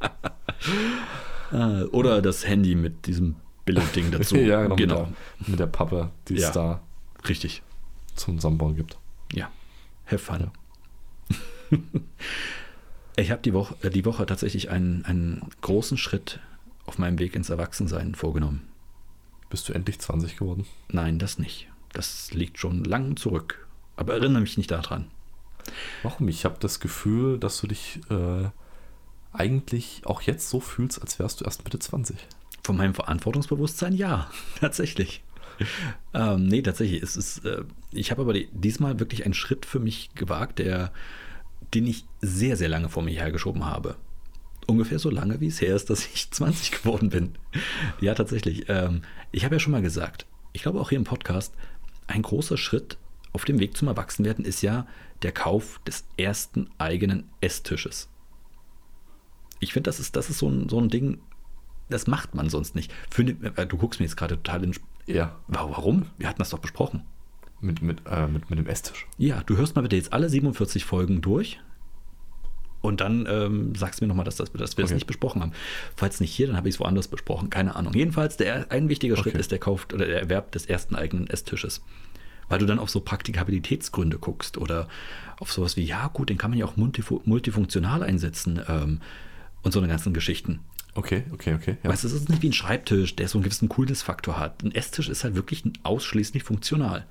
[SPEAKER 1] Oder das Handy mit diesem Billo-Ding dazu.
[SPEAKER 2] Ja, genau. Mit der Pappe, die es da
[SPEAKER 1] richtig
[SPEAKER 2] zum Zusammenbauen gibt.
[SPEAKER 1] Ja, have fun. Ja. Ich habe die Woche tatsächlich einen großen Schritt auf meinem Weg ins Erwachsensein vorgenommen.
[SPEAKER 2] Bist du endlich 20 geworden?
[SPEAKER 1] Nein, das nicht. Das liegt schon lang zurück. Aber erinnere mich nicht daran.
[SPEAKER 2] Warum? Ich habe das Gefühl, dass du dich eigentlich auch jetzt so fühlst, als wärst du erst Mitte 20.
[SPEAKER 1] Von meinem Verantwortungsbewusstsein, ja, tatsächlich. Nee, tatsächlich. Ich habe aber diesmal wirklich einen Schritt für mich gewagt, den ich sehr, sehr lange vor mir hergeschoben habe. Ungefähr so lange, wie es her ist, dass ich 20 geworden bin. Ja, tatsächlich. Ich habe ja schon mal gesagt, ich glaube auch hier im Podcast, ein großer Schritt auf dem Weg zum Erwachsenwerden ist ja der Kauf des ersten eigenen Esstisches. Ich finde, das ist so ein Ding, das macht man sonst nicht. Du guckst mir jetzt gerade total in...
[SPEAKER 2] Ja.
[SPEAKER 1] Warum? Wir hatten das doch besprochen.
[SPEAKER 2] Mit dem Esstisch.
[SPEAKER 1] Ja, du hörst mal bitte jetzt alle 47 Folgen durch und dann sagst du mir nochmal, dass wir das nicht besprochen haben. Falls nicht hier, dann habe ich es woanders besprochen. Keine Ahnung. Jedenfalls, ein wichtiger Schritt ist der Kauf oder der Erwerb des ersten eigenen Esstisches. Weil du dann auf so Praktikabilitätsgründe guckst oder auf sowas wie, ja gut, den kann man ja auch multifunktional einsetzen und so eine ganzen Geschichten.
[SPEAKER 2] Okay. Ja.
[SPEAKER 1] Weißt du, es ist nicht wie ein Schreibtisch, der so einen gewissen Coolness-Faktor hat. Ein Esstisch ist halt wirklich ausschließlich funktional.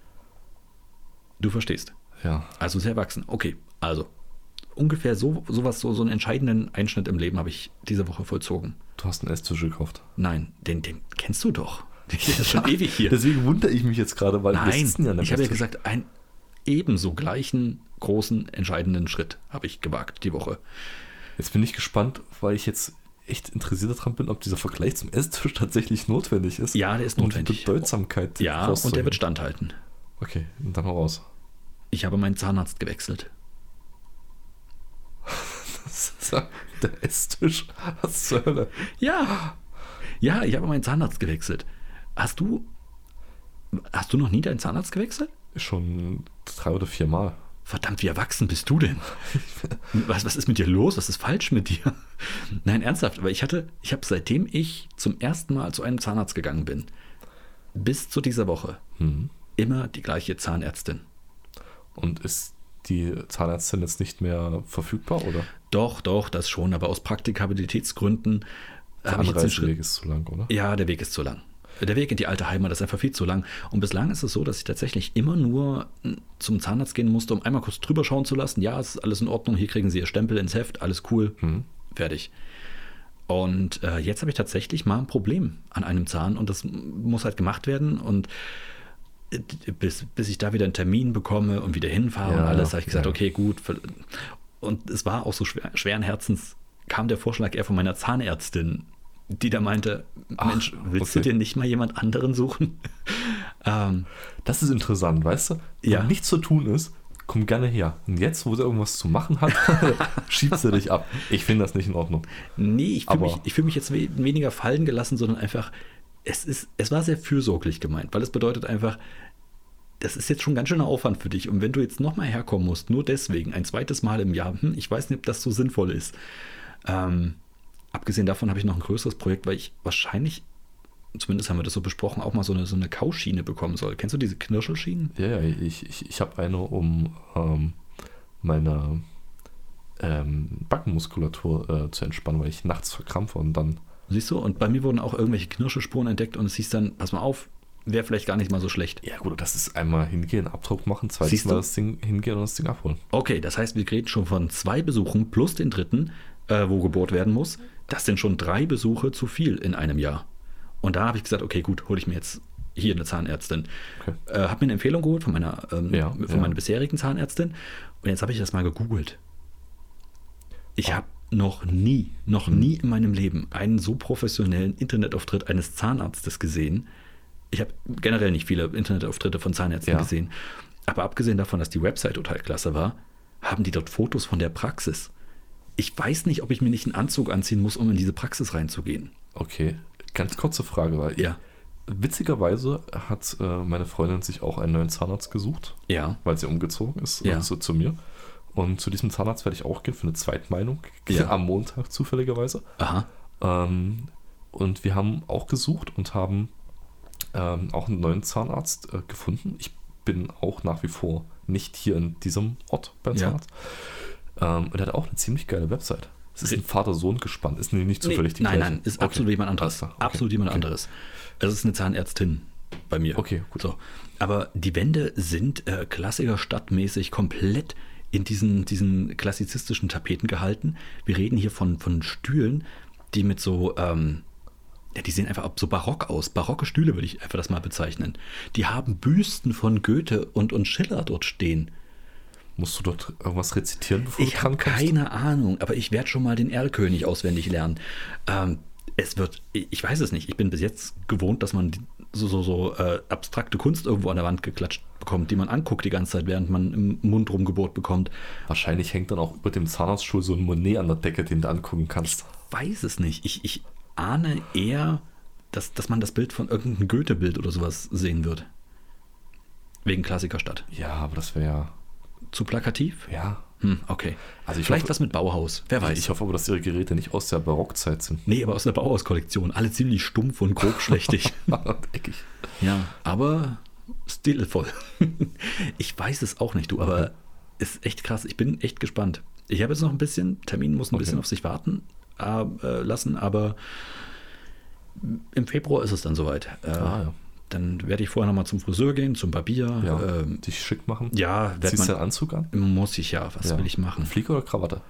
[SPEAKER 1] Du verstehst.
[SPEAKER 2] Ja.
[SPEAKER 1] Also sehr erwachsen. Okay, also ungefähr so einen entscheidenden Einschnitt im Leben habe ich diese Woche vollzogen.
[SPEAKER 2] Du hast einen Esstisch gekauft?
[SPEAKER 1] Nein, den kennst du doch. Der ist schon ewig hier.
[SPEAKER 2] Deswegen wundere ich mich jetzt gerade, weil
[SPEAKER 1] wir
[SPEAKER 2] sitzen ja an dem
[SPEAKER 1] ich habe ja
[SPEAKER 2] Esstisch.
[SPEAKER 1] gesagt, einen ebenso gleichen großen, entscheidenden Schritt habe ich gewagt die Woche.
[SPEAKER 2] Jetzt bin ich gespannt, weil ich jetzt echt interessiert daran bin, ob dieser Vergleich zum Esstisch tatsächlich notwendig ist.
[SPEAKER 1] Ja, der ist notwendig.
[SPEAKER 2] Und die Bedeutsamkeit.
[SPEAKER 1] Ja, und der wird standhalten.
[SPEAKER 2] Okay, und dann mal raus.
[SPEAKER 1] Ich habe meinen Zahnarzt gewechselt.
[SPEAKER 2] Das ist ja der Esstisch. Was zur Hölle?
[SPEAKER 1] Ja, ich habe meinen Zahnarzt gewechselt. Hast du noch nie deinen Zahnarzt gewechselt?
[SPEAKER 2] Schon 3 oder 4 Mal.
[SPEAKER 1] Verdammt, wie erwachsen bist du denn? Was ist mit dir los? Was ist falsch mit dir? Nein, ernsthaft, aber ich habe seitdem ich zum ersten Mal zu einem Zahnarzt gegangen bin, bis zu dieser Woche, immer die gleiche Zahnärztin.
[SPEAKER 2] Und ist die Zahnärztin jetzt nicht mehr verfügbar, oder?
[SPEAKER 1] Doch, das schon, aber aus Praktikabilitätsgründen
[SPEAKER 2] Der Anreiseweg ist zu lang, oder?
[SPEAKER 1] Ja, der Weg ist zu lang. Der Weg in die alte Heimat ist einfach viel zu lang. Und bislang ist es so, dass ich tatsächlich immer nur zum Zahnarzt gehen musste, um einmal kurz drüber schauen zu lassen. Ja, es ist alles in Ordnung, hier kriegen Sie Ihr Stempel ins Heft, alles cool, fertig. Und jetzt habe ich tatsächlich mal ein Problem an einem Zahn und das muss halt gemacht werden. Und bis ich da wieder einen Termin bekomme und wieder hinfahre und alles, habe ich gesagt, okay, gut. Und es war auch so schweren Herzens, kam der Vorschlag eher von meiner Zahnärztin, die da meinte, Mensch, willst du dir nicht mal jemand anderen suchen?
[SPEAKER 2] Das ist interessant, weißt du? Wenn nichts zu tun ist, komm gerne her. Und jetzt, wo du irgendwas zu machen hat, schiebst du dich ab. Ich finde das nicht in Ordnung.
[SPEAKER 1] Nee, ich fühle mich jetzt weniger fallen gelassen, sondern einfach, es war sehr fürsorglich gemeint, weil es bedeutet einfach, das ist jetzt schon ganz schöner Aufwand für dich. Und wenn du jetzt nochmal herkommen musst, nur deswegen, ein zweites Mal im Jahr, ich weiß nicht, ob das so sinnvoll ist. Abgesehen davon habe ich noch ein größeres Projekt, weil ich wahrscheinlich, zumindest haben wir das so besprochen, auch mal so eine Kauschiene bekommen soll. Kennst du diese Knirschelschienen?
[SPEAKER 2] Ja, ich habe eine, um meine Backenmuskulatur zu entspannen, weil ich nachts verkrampfe und dann...
[SPEAKER 1] Siehst du, und bei mir wurden auch irgendwelche Knirschespuren entdeckt und es hieß dann, pass mal auf, wäre vielleicht gar nicht mal so schlecht.
[SPEAKER 2] Ja gut, das ist einmal hingehen, Abdruck machen, zweites Mal das Ding hingehen und das Ding abholen.
[SPEAKER 1] Okay, das heißt, wir reden schon von 2 Besuchen plus den dritten, wo gebohrt werden muss. Das sind schon 3 Besuche zu viel in einem Jahr. Und da habe ich gesagt, okay, gut, hole ich mir jetzt hier eine Zahnärztin. Okay. Habe mir eine Empfehlung geholt von meiner meiner bisherigen Zahnärztin. Und jetzt habe ich das mal gegoogelt. Ich habe noch nie in meinem Leben einen so professionellen Internetauftritt eines Zahnarztes gesehen. Ich habe generell nicht viele Internetauftritte von Zahnärzten gesehen. Aber abgesehen davon, dass die Website total klasse war, haben die dort Fotos von der Praxis. Ich weiß nicht, ob ich mir nicht einen Anzug anziehen muss, um in diese Praxis reinzugehen.
[SPEAKER 2] Okay, ganz kurze Frage, weil witzigerweise hat meine Freundin sich auch einen neuen Zahnarzt gesucht, weil sie umgezogen ist, also zu mir. Und zu diesem Zahnarzt werde ich auch gehen für eine Zweitmeinung, am Montag zufälligerweise.
[SPEAKER 1] Aha.
[SPEAKER 2] Und wir haben auch gesucht und haben auch einen neuen Zahnarzt gefunden. Ich bin auch nach wie vor nicht hier in diesem Ort beim Zahnarzt. Und er hat auch eine ziemlich geile Website. Es ist ein Vater-Sohn-Gespann. Ist nicht zufällig die gleiche?
[SPEAKER 1] Nein, ist absolut jemand anderes. Okay. Absolut jemand anderes. Es ist eine Zahnärztin bei mir.
[SPEAKER 2] Okay, gut.
[SPEAKER 1] So. Aber die Wände sind klassiker stadtmäßig komplett in diesen klassizistischen Tapeten gehalten. Wir reden hier von Stühlen, die mit so, die sehen einfach so barock aus. Barocke Stühle würde ich einfach das mal bezeichnen. Die haben Büsten von Goethe und Schiller dort stehen.
[SPEAKER 2] Musst du dort irgendwas rezitieren, bevor
[SPEAKER 1] du dran kommst? Ich habe keine Ahnung, aber ich werde schon mal den Erlkönig auswendig lernen. Ich weiß es nicht. Ich bin bis jetzt gewohnt, dass man abstrakte Kunst irgendwo an der Wand geklatscht bekommt, die man anguckt die ganze Zeit, während man im Mund rumgebohrt bekommt.
[SPEAKER 2] Wahrscheinlich hängt dann auch über dem Zahnarztstuhl so ein Monet an der Decke, den du angucken kannst.
[SPEAKER 1] Weiß es nicht. Ich ahne eher, dass man das Bild von irgendeinem Goethe-Bild oder sowas sehen wird. Wegen Klassikerstadt.
[SPEAKER 2] Ja, aber das wäre
[SPEAKER 1] Zu plakativ?
[SPEAKER 2] ja.
[SPEAKER 1] Okay.
[SPEAKER 2] Also
[SPEAKER 1] Vielleicht
[SPEAKER 2] hoffe,
[SPEAKER 1] was mit Bauhaus. Wer weiß.
[SPEAKER 2] Ich hoffe aber, dass ihre Geräte nicht aus der Barockzeit sind.
[SPEAKER 1] Nee, aber aus der Bauhaus-Kollektion. Alle ziemlich stumpf und grobschlächtig.
[SPEAKER 2] Eckig.
[SPEAKER 1] Ja, aber stilvoll. Ich weiß es auch nicht, du, aber ist echt krass. Ich bin echt gespannt. Ich habe jetzt noch ein bisschen, Termin muss ein bisschen auf sich warten lassen, aber im Februar ist es dann soweit.
[SPEAKER 2] Ja.
[SPEAKER 1] Dann werde ich vorher nochmal zum Friseur gehen, zum Barbier.
[SPEAKER 2] Ja, dich schick machen.
[SPEAKER 1] Ja,
[SPEAKER 2] Ziehst du einen Anzug an?
[SPEAKER 1] muss ich ja. Was will ich machen?
[SPEAKER 2] Fliege oder Krawatte?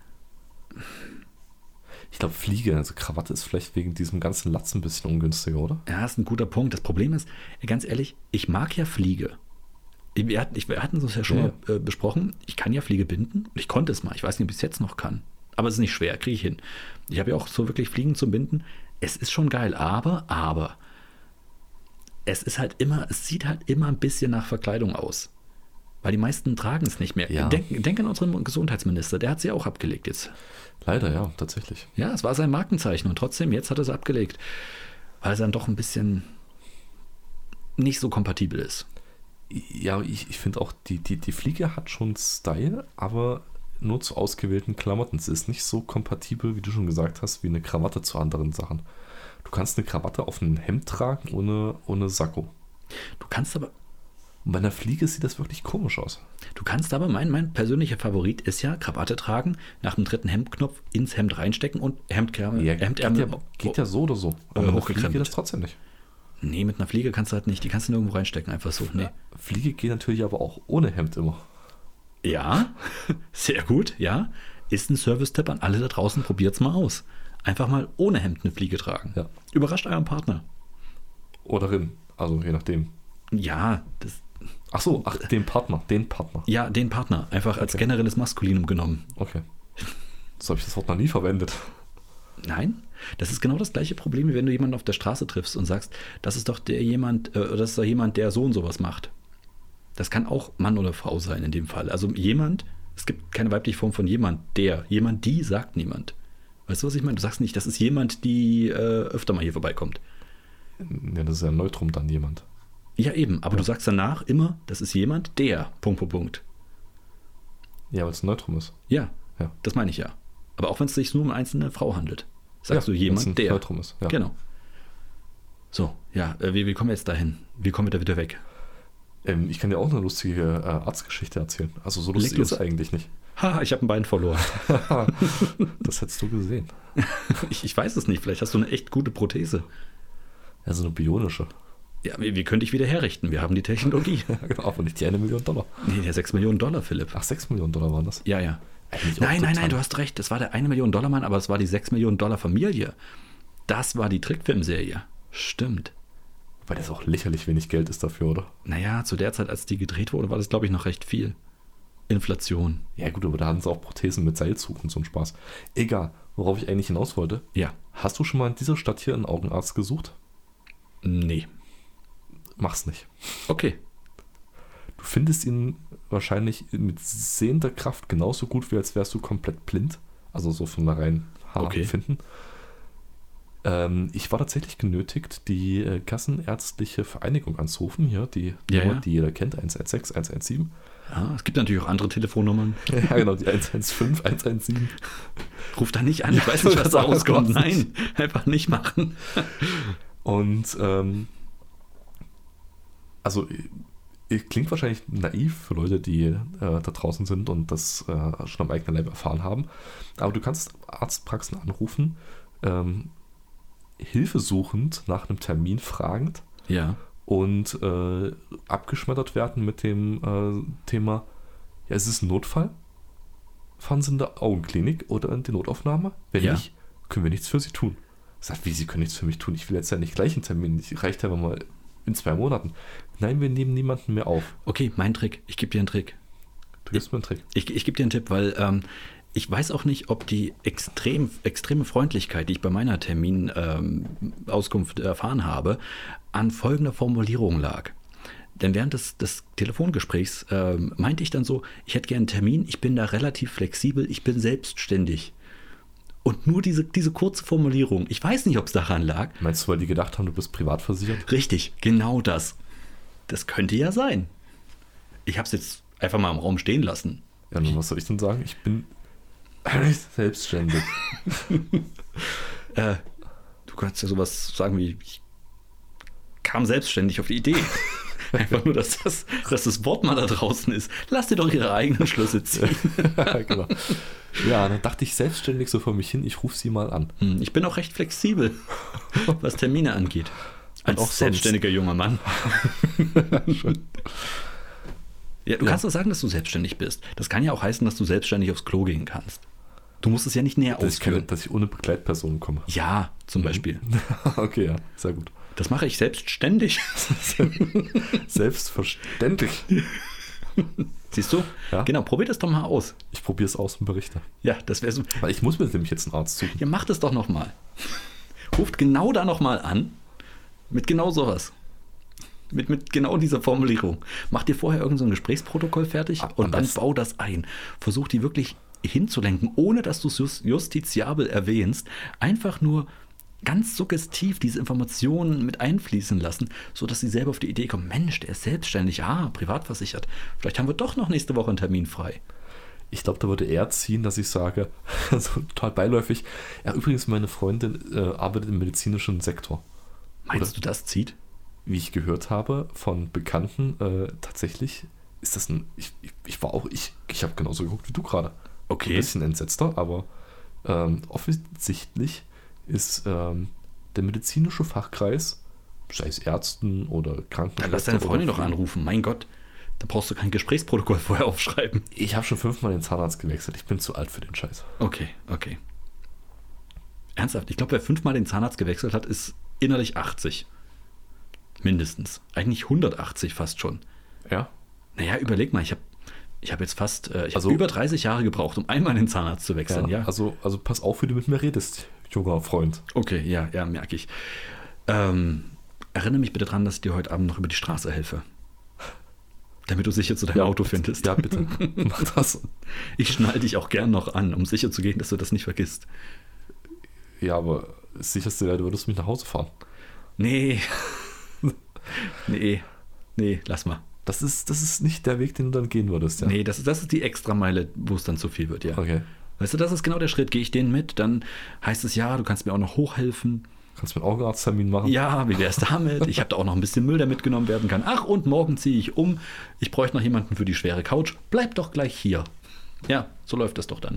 [SPEAKER 2] Ich glaube Fliege, also Krawatte ist vielleicht wegen diesem ganzen Latz ein bisschen ungünstiger, oder?
[SPEAKER 1] Ja, ist ein guter Punkt. Das Problem ist, ganz ehrlich, ich mag ja Fliege. Wir hatten es ja schon mal besprochen. Ich kann ja Fliege binden. Ich konnte es mal. Ich weiß nicht, ob ich es jetzt noch kann. Aber es ist nicht schwer, kriege ich hin. Ich habe ja auch so wirklich Fliegen zum Binden. Es ist schon geil, aber es sieht halt immer ein bisschen nach Verkleidung aus. Weil die meisten tragen es nicht mehr.
[SPEAKER 2] Ja.
[SPEAKER 1] Denk an unseren Gesundheitsminister, der hat sie auch abgelegt jetzt.
[SPEAKER 2] Leider, ja, tatsächlich.
[SPEAKER 1] Ja, es war sein Markenzeichen und trotzdem, jetzt hat er es abgelegt. Weil es dann doch ein bisschen nicht so kompatibel ist.
[SPEAKER 2] Ja, ich finde auch, die Fliege hat schon Style, aber nur zu ausgewählten Klamotten. Es ist nicht so kompatibel, wie du schon gesagt hast, wie eine Krawatte zu anderen Sachen. Du kannst eine Krawatte auf ein Hemd tragen ohne Sakko.
[SPEAKER 1] Du kannst aber,
[SPEAKER 2] Und bei einer Fliege sieht das wirklich komisch aus.
[SPEAKER 1] mein persönlicher Favorit ist ja Krawatte tragen, nach dem dritten Hemdknopf ins Hemd reinstecken und Hemdärmel
[SPEAKER 2] geht ja so oder so. Aber mit einer Fliege
[SPEAKER 1] hochgekrempelt.
[SPEAKER 2] geht das trotzdem nicht.
[SPEAKER 1] Nee, mit einer Fliege kannst du halt nicht, die kannst du nirgendwo reinstecken, einfach so. Nee.
[SPEAKER 2] Fliege geht natürlich aber auch ohne Hemd immer.
[SPEAKER 1] Ja, sehr gut, ja. Ist ein Service-Tipp an alle da draußen, probiert's mal aus. Einfach mal ohne Hemd eine Fliege tragen.
[SPEAKER 2] Ja.
[SPEAKER 1] Überrascht euren Partner.
[SPEAKER 2] Oder Rin, also je nachdem.
[SPEAKER 1] Ja,
[SPEAKER 2] Den Partner.
[SPEAKER 1] ja, den Partner. Einfach als generelles Maskulinum genommen.
[SPEAKER 2] Okay. So habe ich das Wort noch nie verwendet.
[SPEAKER 1] Nein, das ist genau das gleiche Problem, wie wenn du jemanden auf der Straße triffst und sagst, das ist doch jemand, der so und sowas macht. Das kann auch Mann oder Frau sein in dem Fall. Also es gibt keine weibliche Form von jemand, die sagt niemand. Weißt du, was ich meine? Du sagst nicht, das ist jemand, die öfter mal hier vorbeikommt.
[SPEAKER 2] Ja, das ist ja ein Neutrum dann jemand.
[SPEAKER 1] Ja, eben, aber du sagst danach immer, das ist jemand, der, Punkt.
[SPEAKER 2] Ja, weil es ein Neutrum ist.
[SPEAKER 1] Ja,
[SPEAKER 2] Ja.
[SPEAKER 1] das meine ich ja. Aber auch wenn es sich nur um eine einzelne Frau handelt, sagst du
[SPEAKER 2] wenn's ein
[SPEAKER 1] jemand, der.
[SPEAKER 2] Neutrum ist. Ja.
[SPEAKER 1] Genau. So, ja, wie kommen wir jetzt dahin? Wie kommen wir da wieder weg?
[SPEAKER 2] Ich kann dir auch eine lustige Arztgeschichte erzählen. Also so lustig
[SPEAKER 1] Leg los.
[SPEAKER 2] ist es eigentlich nicht.
[SPEAKER 1] Haha, ich habe ein Bein verloren.
[SPEAKER 2] Das hättest du gesehen.
[SPEAKER 1] Ich weiß es nicht, vielleicht hast du eine echt gute Prothese.
[SPEAKER 2] Ja, so eine bionische.
[SPEAKER 1] Ja, wie könnte ich wieder herrichten? Wir haben die Technologie.
[SPEAKER 2] Ja, genau, aber nicht die $1 Million.
[SPEAKER 1] Nee, der $6 Millionen, Philipp.
[SPEAKER 2] Ach, $6 Millionen waren das?
[SPEAKER 1] Ja.
[SPEAKER 2] Eigentlich auch
[SPEAKER 1] Nein,
[SPEAKER 2] total-
[SPEAKER 1] du hast recht. Das war der $1 Million Mann, aber es war die $6 Millionen Familie. Das war die Trickfilmserie. Stimmt.
[SPEAKER 2] Weil das auch lächerlich wenig Geld ist dafür, oder?
[SPEAKER 1] Naja, zu der Zeit, als die gedreht wurde, war das, glaube ich, noch recht viel. Inflation.
[SPEAKER 2] Ja gut, aber da hatten sie auch Prothesen mit Seilzug und so ein Spaß. Egal, worauf ich eigentlich hinaus wollte.
[SPEAKER 1] Ja.
[SPEAKER 2] Hast du schon mal in dieser Stadt hier einen Augenarzt gesucht?
[SPEAKER 1] Nee.
[SPEAKER 2] Mach's nicht.
[SPEAKER 1] Okay.
[SPEAKER 2] Du findest ihn wahrscheinlich mit sehender Kraft genauso gut, wie als wärst du komplett blind. Also so von der reinen Haarempfinden. Ich war tatsächlich genötigt, die Kassenärztliche Vereinigung anzurufen. Hier, die Nummer, die jeder kennt, 116, 117.
[SPEAKER 1] Ja, es gibt natürlich auch andere Telefonnummern.
[SPEAKER 2] Ja, genau, die 115, 117.
[SPEAKER 1] Ruf da nicht an, ich weiß nicht, was da rauskommt. Nein, einfach nicht machen.
[SPEAKER 2] Und also klingt wahrscheinlich naiv für Leute, die da draußen sind und das schon am eigenen Leib erfahren haben. Aber du kannst Arztpraxen anrufen, hilfesuchend nach einem Termin fragend.
[SPEAKER 1] Ja.
[SPEAKER 2] Und abgeschmettert werden mit dem Thema, ja, ist es ein Notfall? Fahren Sie in der Augenklinik oder in die Notaufnahme? Wenn nicht, können wir nichts für Sie tun. Sagt, wie, Sie können nichts für mich tun? Ich will jetzt ja nicht gleich einen Termin, ich reicht aber mal in 2 Monaten. Nein, wir nehmen niemanden mehr auf.
[SPEAKER 1] Okay, mein Trick, ich gebe dir einen Trick.
[SPEAKER 2] Du gibst mir einen Trick.
[SPEAKER 1] Ich gebe dir einen Tipp, weil ich weiß auch nicht, ob die extreme Freundlichkeit, die ich bei meiner Terminauskunft erfahren habe, an folgender Formulierung lag. Denn während des Telefongesprächs meinte ich dann so, ich hätte gerne einen Termin, ich bin da relativ flexibel, ich bin selbstständig. Und nur diese kurze Formulierung, ich weiß nicht, ob es daran lag.
[SPEAKER 2] Meinst du, weil die gedacht haben, du bist privat versichert?
[SPEAKER 1] Richtig, genau das. Das könnte ja sein. Ich habe es jetzt einfach mal im Raum stehen lassen.
[SPEAKER 2] Ja, nun, was soll ich denn sagen? Ich bin selbstständig.
[SPEAKER 1] Du kannst ja sowas sagen wie, ich kam selbstständig auf die Idee. Einfach nur, dass das Wort mal da draußen ist. Lass dir doch ihre eigenen Schlüsse ziehen.
[SPEAKER 2] Genau. Ja, dann dachte ich selbstständig so vor mich hin, ich rufe sie mal an.
[SPEAKER 1] Ich bin auch recht flexibel, was Termine angeht. Als
[SPEAKER 2] auch
[SPEAKER 1] selbstständiger junger Mann.
[SPEAKER 2] Schön.
[SPEAKER 1] Ja, du kannst doch sagen, dass du selbstständig bist. Das kann ja auch heißen, dass du selbstständig aufs Klo gehen kannst. Du musst es ja nicht näher ausführen.
[SPEAKER 2] Dass ich ohne Begleitperson komme.
[SPEAKER 1] Ja, zum Beispiel.
[SPEAKER 2] Okay, ja, sehr gut.
[SPEAKER 1] Das mache ich selbstständig.
[SPEAKER 2] Selbstverständlich.
[SPEAKER 1] Siehst du?
[SPEAKER 2] Ja.
[SPEAKER 1] Genau, probier das doch mal aus.
[SPEAKER 2] Ich probiere es aus und berichte.
[SPEAKER 1] Ja, das wäre so.
[SPEAKER 2] Weil ich muss mir nämlich jetzt einen Arzt suchen.
[SPEAKER 1] Ja, mach das doch nochmal. Ruft genau da nochmal an. Mit genau sowas. Mit genau dieser Formulierung. Mach dir vorher irgend so ein Gesprächsprotokoll fertig und dann bau das ein. Versuch die wirklich hinzulenken, ohne dass du es justiziabel erwähnst. Einfach nur ganz suggestiv diese Informationen mit einfließen lassen, sodass sie selber auf die Idee kommen, Mensch, der ist selbstständig, privat versichert. Vielleicht haben wir doch noch nächste Woche einen Termin frei.
[SPEAKER 2] Ich glaube, da würde er ziehen, dass ich sage, so total beiläufig, ja, übrigens, meine Freundin arbeitet im medizinischen Sektor.
[SPEAKER 1] Meinst du, das zieht?
[SPEAKER 2] Wie ich gehört habe von Bekannten, tatsächlich ist das ein, ich habe genauso geguckt wie du gerade.
[SPEAKER 1] Okay.
[SPEAKER 2] Ein bisschen entsetzter, aber offensichtlich ist der medizinische Fachkreis, sei es Ärzten oder Krankenschwestern.
[SPEAKER 1] Dann lass deine Freundin doch anrufen, mein Gott. Da brauchst du kein Gesprächsprotokoll vorher aufschreiben.
[SPEAKER 2] Ich habe schon 5-mal den Zahnarzt gewechselt, ich bin zu alt für den Scheiß.
[SPEAKER 1] Okay. Ernsthaft, ich glaube, wer 5-mal den Zahnarzt gewechselt hat, ist innerlich 80. Mindestens. Eigentlich 180 fast schon.
[SPEAKER 2] Ja?
[SPEAKER 1] Naja, überleg mal, ich habe jetzt fast über 30 Jahre gebraucht, um einmal den Zahnarzt zu wechseln. Ja.
[SPEAKER 2] Also pass auf, wie du mit mir redest, junger Freund.
[SPEAKER 1] Okay, ja, merke ich. Erinnere mich bitte dran, dass ich dir heute Abend noch über die Straße helfe. Damit du sicher zu deinem Auto findest.
[SPEAKER 2] Ja, bitte. Mach das.
[SPEAKER 1] Ich schnall dich auch gern noch an, um sicher zu gehen, dass du das nicht vergisst.
[SPEAKER 2] Ja, aber das sicherste wäre, du würdest mich nach Hause fahren.
[SPEAKER 1] Nee, lass mal.
[SPEAKER 2] Das ist nicht der Weg, den du dann gehen würdest, ja?
[SPEAKER 1] Nee, das ist die Extrameile, wo es dann zu viel wird, ja.
[SPEAKER 2] Okay.
[SPEAKER 1] Weißt du, das ist genau der Schritt. Gehe ich den mit, dann heißt es, ja, du kannst mir auch noch hochhelfen.
[SPEAKER 2] Kannst du mir einen Augenarzttermin machen?
[SPEAKER 1] Ja, wie wär's damit? Ich habe da auch noch ein bisschen Müll, der mitgenommen werden kann. Ach, und morgen ziehe ich um. Ich bräuchte noch jemanden für die schwere Couch. Bleib doch gleich hier. Ja, so läuft das doch dann.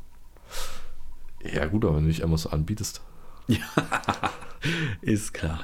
[SPEAKER 2] Ja gut, aber wenn du dich einmal so anbietest.
[SPEAKER 1] Ja, ist klar.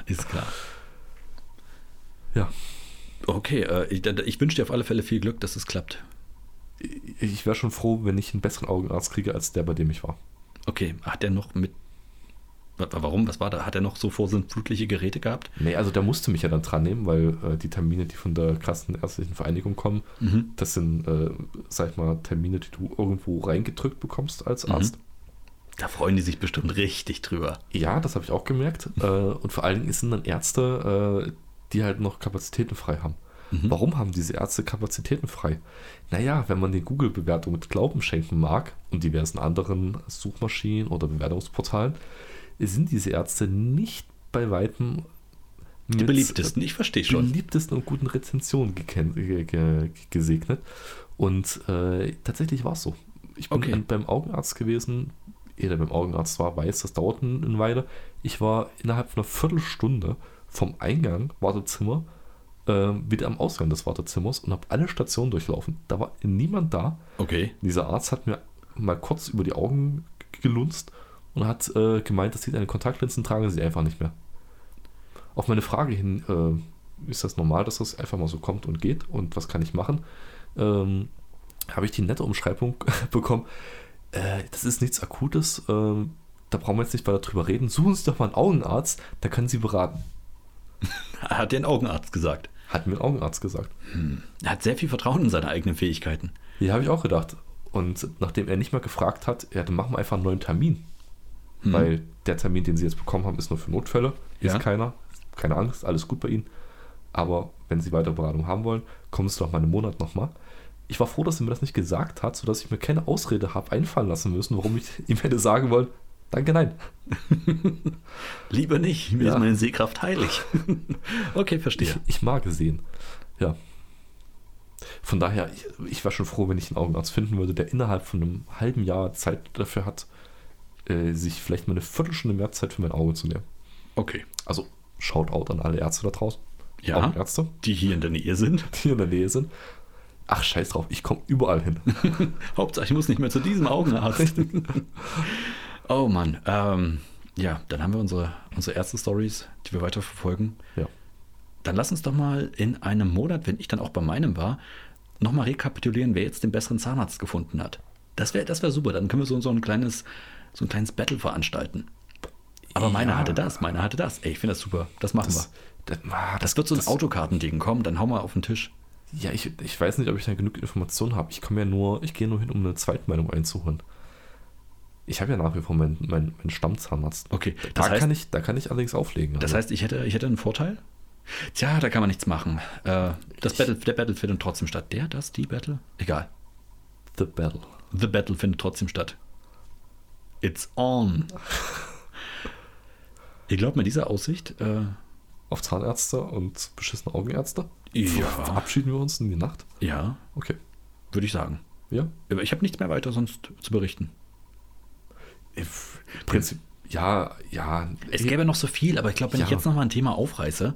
[SPEAKER 2] Ja.
[SPEAKER 1] Okay, ich wünsche dir auf alle Fälle viel Glück, dass es klappt.
[SPEAKER 2] Ich wäre schon froh, wenn ich einen besseren Augenarzt kriege, als der, bei dem ich war.
[SPEAKER 1] Okay, hat er noch mit... Warum? Was war da? Hat er noch so vorsinnflutliche Geräte gehabt?
[SPEAKER 2] Nee, also der musste mich ja dann dran nehmen, weil die Termine, die von der Kassenärztlichen Vereinigung kommen, das sind, sag ich mal, Termine, die du irgendwo reingedrückt bekommst als Arzt.
[SPEAKER 1] Da freuen die sich bestimmt richtig drüber.
[SPEAKER 2] Ja, das habe ich auch gemerkt. Und vor allen Dingen sind dann Ärzte, die halt noch Kapazitäten frei haben. Warum haben diese Ärzte Kapazitäten frei? Naja, wenn man den Google-Bewertungen mit Glauben schenken mag und diversen anderen Suchmaschinen oder Bewertungsportalen, sind diese Ärzte nicht bei weitem
[SPEAKER 1] die beliebtesten, ich verstehe schon.
[SPEAKER 2] Beliebtesten und guten Rezensionen gesegnet. Und tatsächlich war es so. Ich bin beim Augenarzt gewesen. Jeder, der beim Augenarzt war, weiß, das dauert eine Weile. Ich war innerhalb von einer Viertelstunde vom Eingang, Wartezimmer, wieder am Ausgang des Wartezimmers und habe alle Stationen durchlaufen. Da war niemand da.
[SPEAKER 1] Okay.
[SPEAKER 2] Dieser Arzt hat mir mal kurz über die Augen gelunzt und hat gemeint, dass sie eine Kontaktlinsen tragen, sie einfach nicht mehr. Auf meine Frage hin, ist das normal, dass das einfach mal so kommt und geht und was kann ich machen, habe ich die nette Umschreibung bekommen, das ist nichts Akutes, da brauchen wir jetzt nicht weiter drüber reden, suchen Sie doch mal einen Augenarzt, da können Sie beraten.
[SPEAKER 1] Hat dir ein Augenarzt gesagt?
[SPEAKER 2] Hat mir ein Augenarzt gesagt.
[SPEAKER 1] Er hat sehr viel Vertrauen in seine eigenen Fähigkeiten.
[SPEAKER 2] Ja, habe ich auch gedacht. Und nachdem er nicht mehr gefragt hat, dann machen wir einfach einen neuen Termin. Weil der Termin, den sie jetzt bekommen haben, ist nur für Notfälle. Ist keiner. Keine Angst, alles gut bei ihnen. Aber wenn sie weitere Beratung haben wollen, kommen sie doch mal einen Monat nochmal. Ich war froh, dass er mir das nicht gesagt hat, sodass ich mir keine Ausrede habe einfallen lassen müssen, warum ich ihm hätte sagen wollen, danke, nein.
[SPEAKER 1] Lieber nicht, mir ist meine Sehkraft heilig. Okay, verstehe.
[SPEAKER 2] Ich mag es sehen. Ja. Von daher, ich war schon froh, wenn ich einen Augenarzt finden würde, der innerhalb von einem halben Jahr Zeit dafür hat, sich vielleicht mal eine Viertelstunde mehr Zeit für mein Auge zu nehmen.
[SPEAKER 1] Okay.
[SPEAKER 2] Also, Shoutout an alle Ärzte da draußen.
[SPEAKER 1] Ja,
[SPEAKER 2] Augenärzte.
[SPEAKER 1] die hier in der Nähe sind.
[SPEAKER 2] Ach, scheiß drauf, ich komme überall hin.
[SPEAKER 1] Hauptsache, ich muss nicht mehr zu diesem Augenarzt. Oh Mann. Ja, dann haben wir unsere ersten Stories, die wir weiter verfolgen.
[SPEAKER 2] Ja.
[SPEAKER 1] Dann lass uns doch mal in einem Monat, wenn ich dann auch bei meinem war, nochmal rekapitulieren, wer jetzt den besseren Zahnarzt gefunden hat. Das wär super. Dann können wir so ein kleines Battle veranstalten. Aber meiner hatte das. Ey, ich finde das super. Das machen wir. Das wird so ein Autokartending. Komm, dann hau mal auf den Tisch.
[SPEAKER 2] Ja, ich weiß nicht, ob ich da genug Informationen habe. Ich gehe nur hin, um eine Zweitmeinung einzuholen. Ich habe ja nach wie vor meinen Stammzahnarzt.
[SPEAKER 1] Okay,
[SPEAKER 2] da kann ich allerdings auflegen.
[SPEAKER 1] Das heißt, ich hätte einen Vorteil? Tja, da kann man nichts machen. Der Battle findet trotzdem statt. Die Battle? Egal.
[SPEAKER 2] The Battle
[SPEAKER 1] findet trotzdem statt. It's on. Ich glaube, mit dieser Aussicht
[SPEAKER 2] auf Zahnärzte und beschissene Augenärzte verabschieden wir uns in die Nacht.
[SPEAKER 1] Ja.
[SPEAKER 2] Okay.
[SPEAKER 1] Würde ich sagen.
[SPEAKER 2] Ja.
[SPEAKER 1] Aber ich habe nichts mehr weiter sonst zu berichten.
[SPEAKER 2] Im Prinzip, ja.
[SPEAKER 1] Es gäbe noch so viel, aber ich glaube, wenn ich jetzt noch mal ein Thema aufreiße,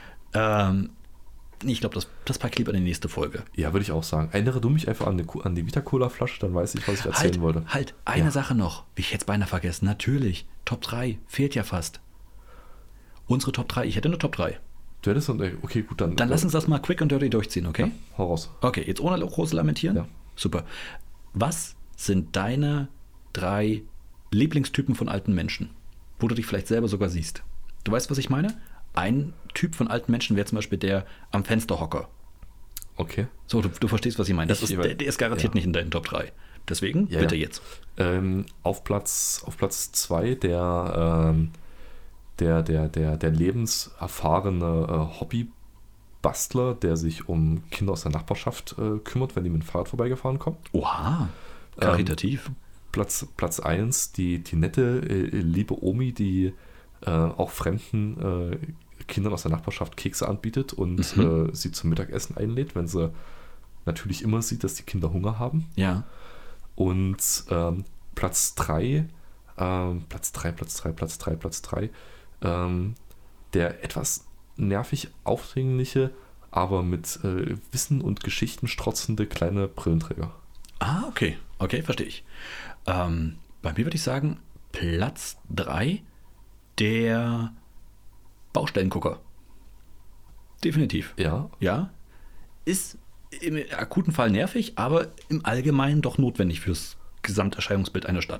[SPEAKER 1] ich glaube, das packe ich lieber in die nächste Folge.
[SPEAKER 2] Ja, würde ich auch sagen. Erinnere du mich einfach an die Vita-Cola-Flasche, dann weiß ich, was ich erzählen wollte.
[SPEAKER 1] Eine Sache noch. Ich hätte es beinahe vergessen. Natürlich. Top 3. Fehlt ja fast. Unsere Top 3. Ich hätte eine Top 3.
[SPEAKER 2] Du hättest okay, gut, dann.
[SPEAKER 1] Dann lass uns das mal quick und dirty durchziehen, okay?
[SPEAKER 2] Ja, hau raus.
[SPEAKER 1] Okay, jetzt ohne große Lamentieren?
[SPEAKER 2] Ja.
[SPEAKER 1] Super. Was sind deine 3 Lieblingstypen von alten Menschen, wo du dich vielleicht selber sogar siehst? Du weißt, was ich meine? Ein Typ von alten Menschen wäre zum Beispiel der am Fensterhocker.
[SPEAKER 2] Okay.
[SPEAKER 1] So, du verstehst, was ich meine. Der ist garantiert nicht in deinen Top 3. Deswegen, bitte jetzt.
[SPEAKER 2] Auf Platz 2 der lebenserfahrene Hobbybastler, der sich um Kinder aus der Nachbarschaft kümmert, wenn die mit dem Fahrrad vorbeigefahren kommen.
[SPEAKER 1] Oha, karitativ.
[SPEAKER 2] Platz 1, die nette, liebe Omi, die auch fremden Kindern aus der Nachbarschaft Kekse anbietet und sie zum Mittagessen einlädt, wenn sie natürlich immer sieht, dass die Kinder Hunger haben.
[SPEAKER 1] Ja.
[SPEAKER 2] Und Platz 3, der etwas nervig aufdringliche, aber mit Wissen und Geschichten strotzende kleine Brillenträger.
[SPEAKER 1] Ah, okay. Okay, verstehe ich. Bei mir würde ich sagen, Platz 3, der Baustellengucker. Definitiv.
[SPEAKER 2] Ja.
[SPEAKER 1] Ja. Ist im akuten Fall nervig, aber im Allgemeinen doch notwendig fürs Gesamterscheinungsbild einer Stadt.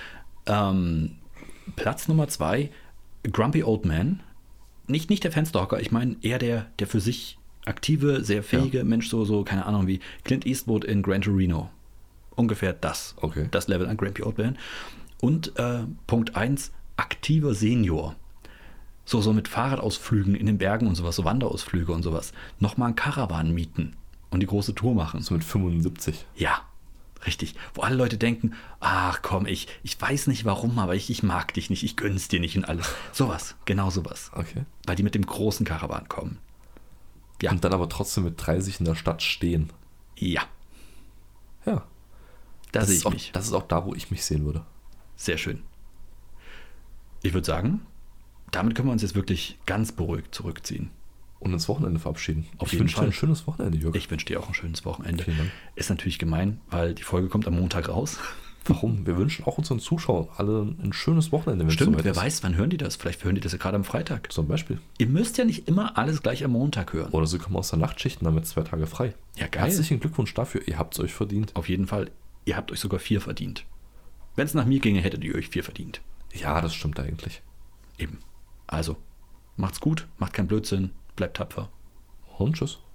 [SPEAKER 1] Platz Nummer 2, Grumpy Old Man. Nicht der Fensterhocker, ich meine eher der für sich aktive, sehr fähige Mensch, so, keine Ahnung, wie Clint Eastwood in Gran Torino. Ungefähr das.
[SPEAKER 2] Okay.
[SPEAKER 1] Das Level an Grumpy Old Man. Und Punkt 1, aktiver Senior. So mit Fahrradausflügen in den Bergen und sowas, so Wanderausflüge und sowas. Nochmal einen Caravan mieten und die große Tour machen.
[SPEAKER 2] So mit 75.
[SPEAKER 1] Ja, richtig. Wo alle Leute denken, ach komm, ich weiß nicht warum, aber ich mag dich nicht, ich gönn's dir nicht und alles. Sowas, genau sowas.
[SPEAKER 2] Okay.
[SPEAKER 1] Weil die mit dem großen Caravan kommen. Ja.
[SPEAKER 2] Und dann aber trotzdem mit 30 in der Stadt stehen.
[SPEAKER 1] Ja.
[SPEAKER 2] Ja.
[SPEAKER 1] Da sehe ich mich.
[SPEAKER 2] Das ist auch da, wo ich mich sehen würde.
[SPEAKER 1] Sehr schön. Ich würde sagen, damit können wir uns jetzt wirklich ganz beruhigt zurückziehen.
[SPEAKER 2] Und ins Wochenende verabschieden.
[SPEAKER 1] Auf jeden Fall.
[SPEAKER 2] Dir ein schönes Wochenende, Jürgen.
[SPEAKER 1] Ich wünsche dir auch ein schönes Wochenende.
[SPEAKER 2] Vielen Dank.
[SPEAKER 1] Ist natürlich gemein, weil die Folge kommt am Montag raus.
[SPEAKER 2] Warum? Wir wünschen auch unseren Zuschauern alle ein schönes Wochenende. Wenn
[SPEAKER 1] Stimmt, wer weiß, wann hören die das? Vielleicht hören die das ja gerade am Freitag.
[SPEAKER 2] Zum Beispiel.
[SPEAKER 1] Ihr müsst ja nicht immer alles gleich am Montag hören.
[SPEAKER 2] Oder sie kommen aus der Nachtschicht und haben jetzt 2 Tage frei.
[SPEAKER 1] Ja, geil.
[SPEAKER 2] Herzlichen Glückwunsch dafür. Ihr habt es euch verdient.
[SPEAKER 1] Auf jeden Fall. Ihr habt euch sogar 4 verdient. Wenn es nach mir ginge, hättet ihr euch 4 verdient.
[SPEAKER 2] Ja, das stimmt eigentlich.
[SPEAKER 1] Eben. Also, macht's gut, macht keinen Blödsinn, bleibt tapfer.
[SPEAKER 2] Und tschüss.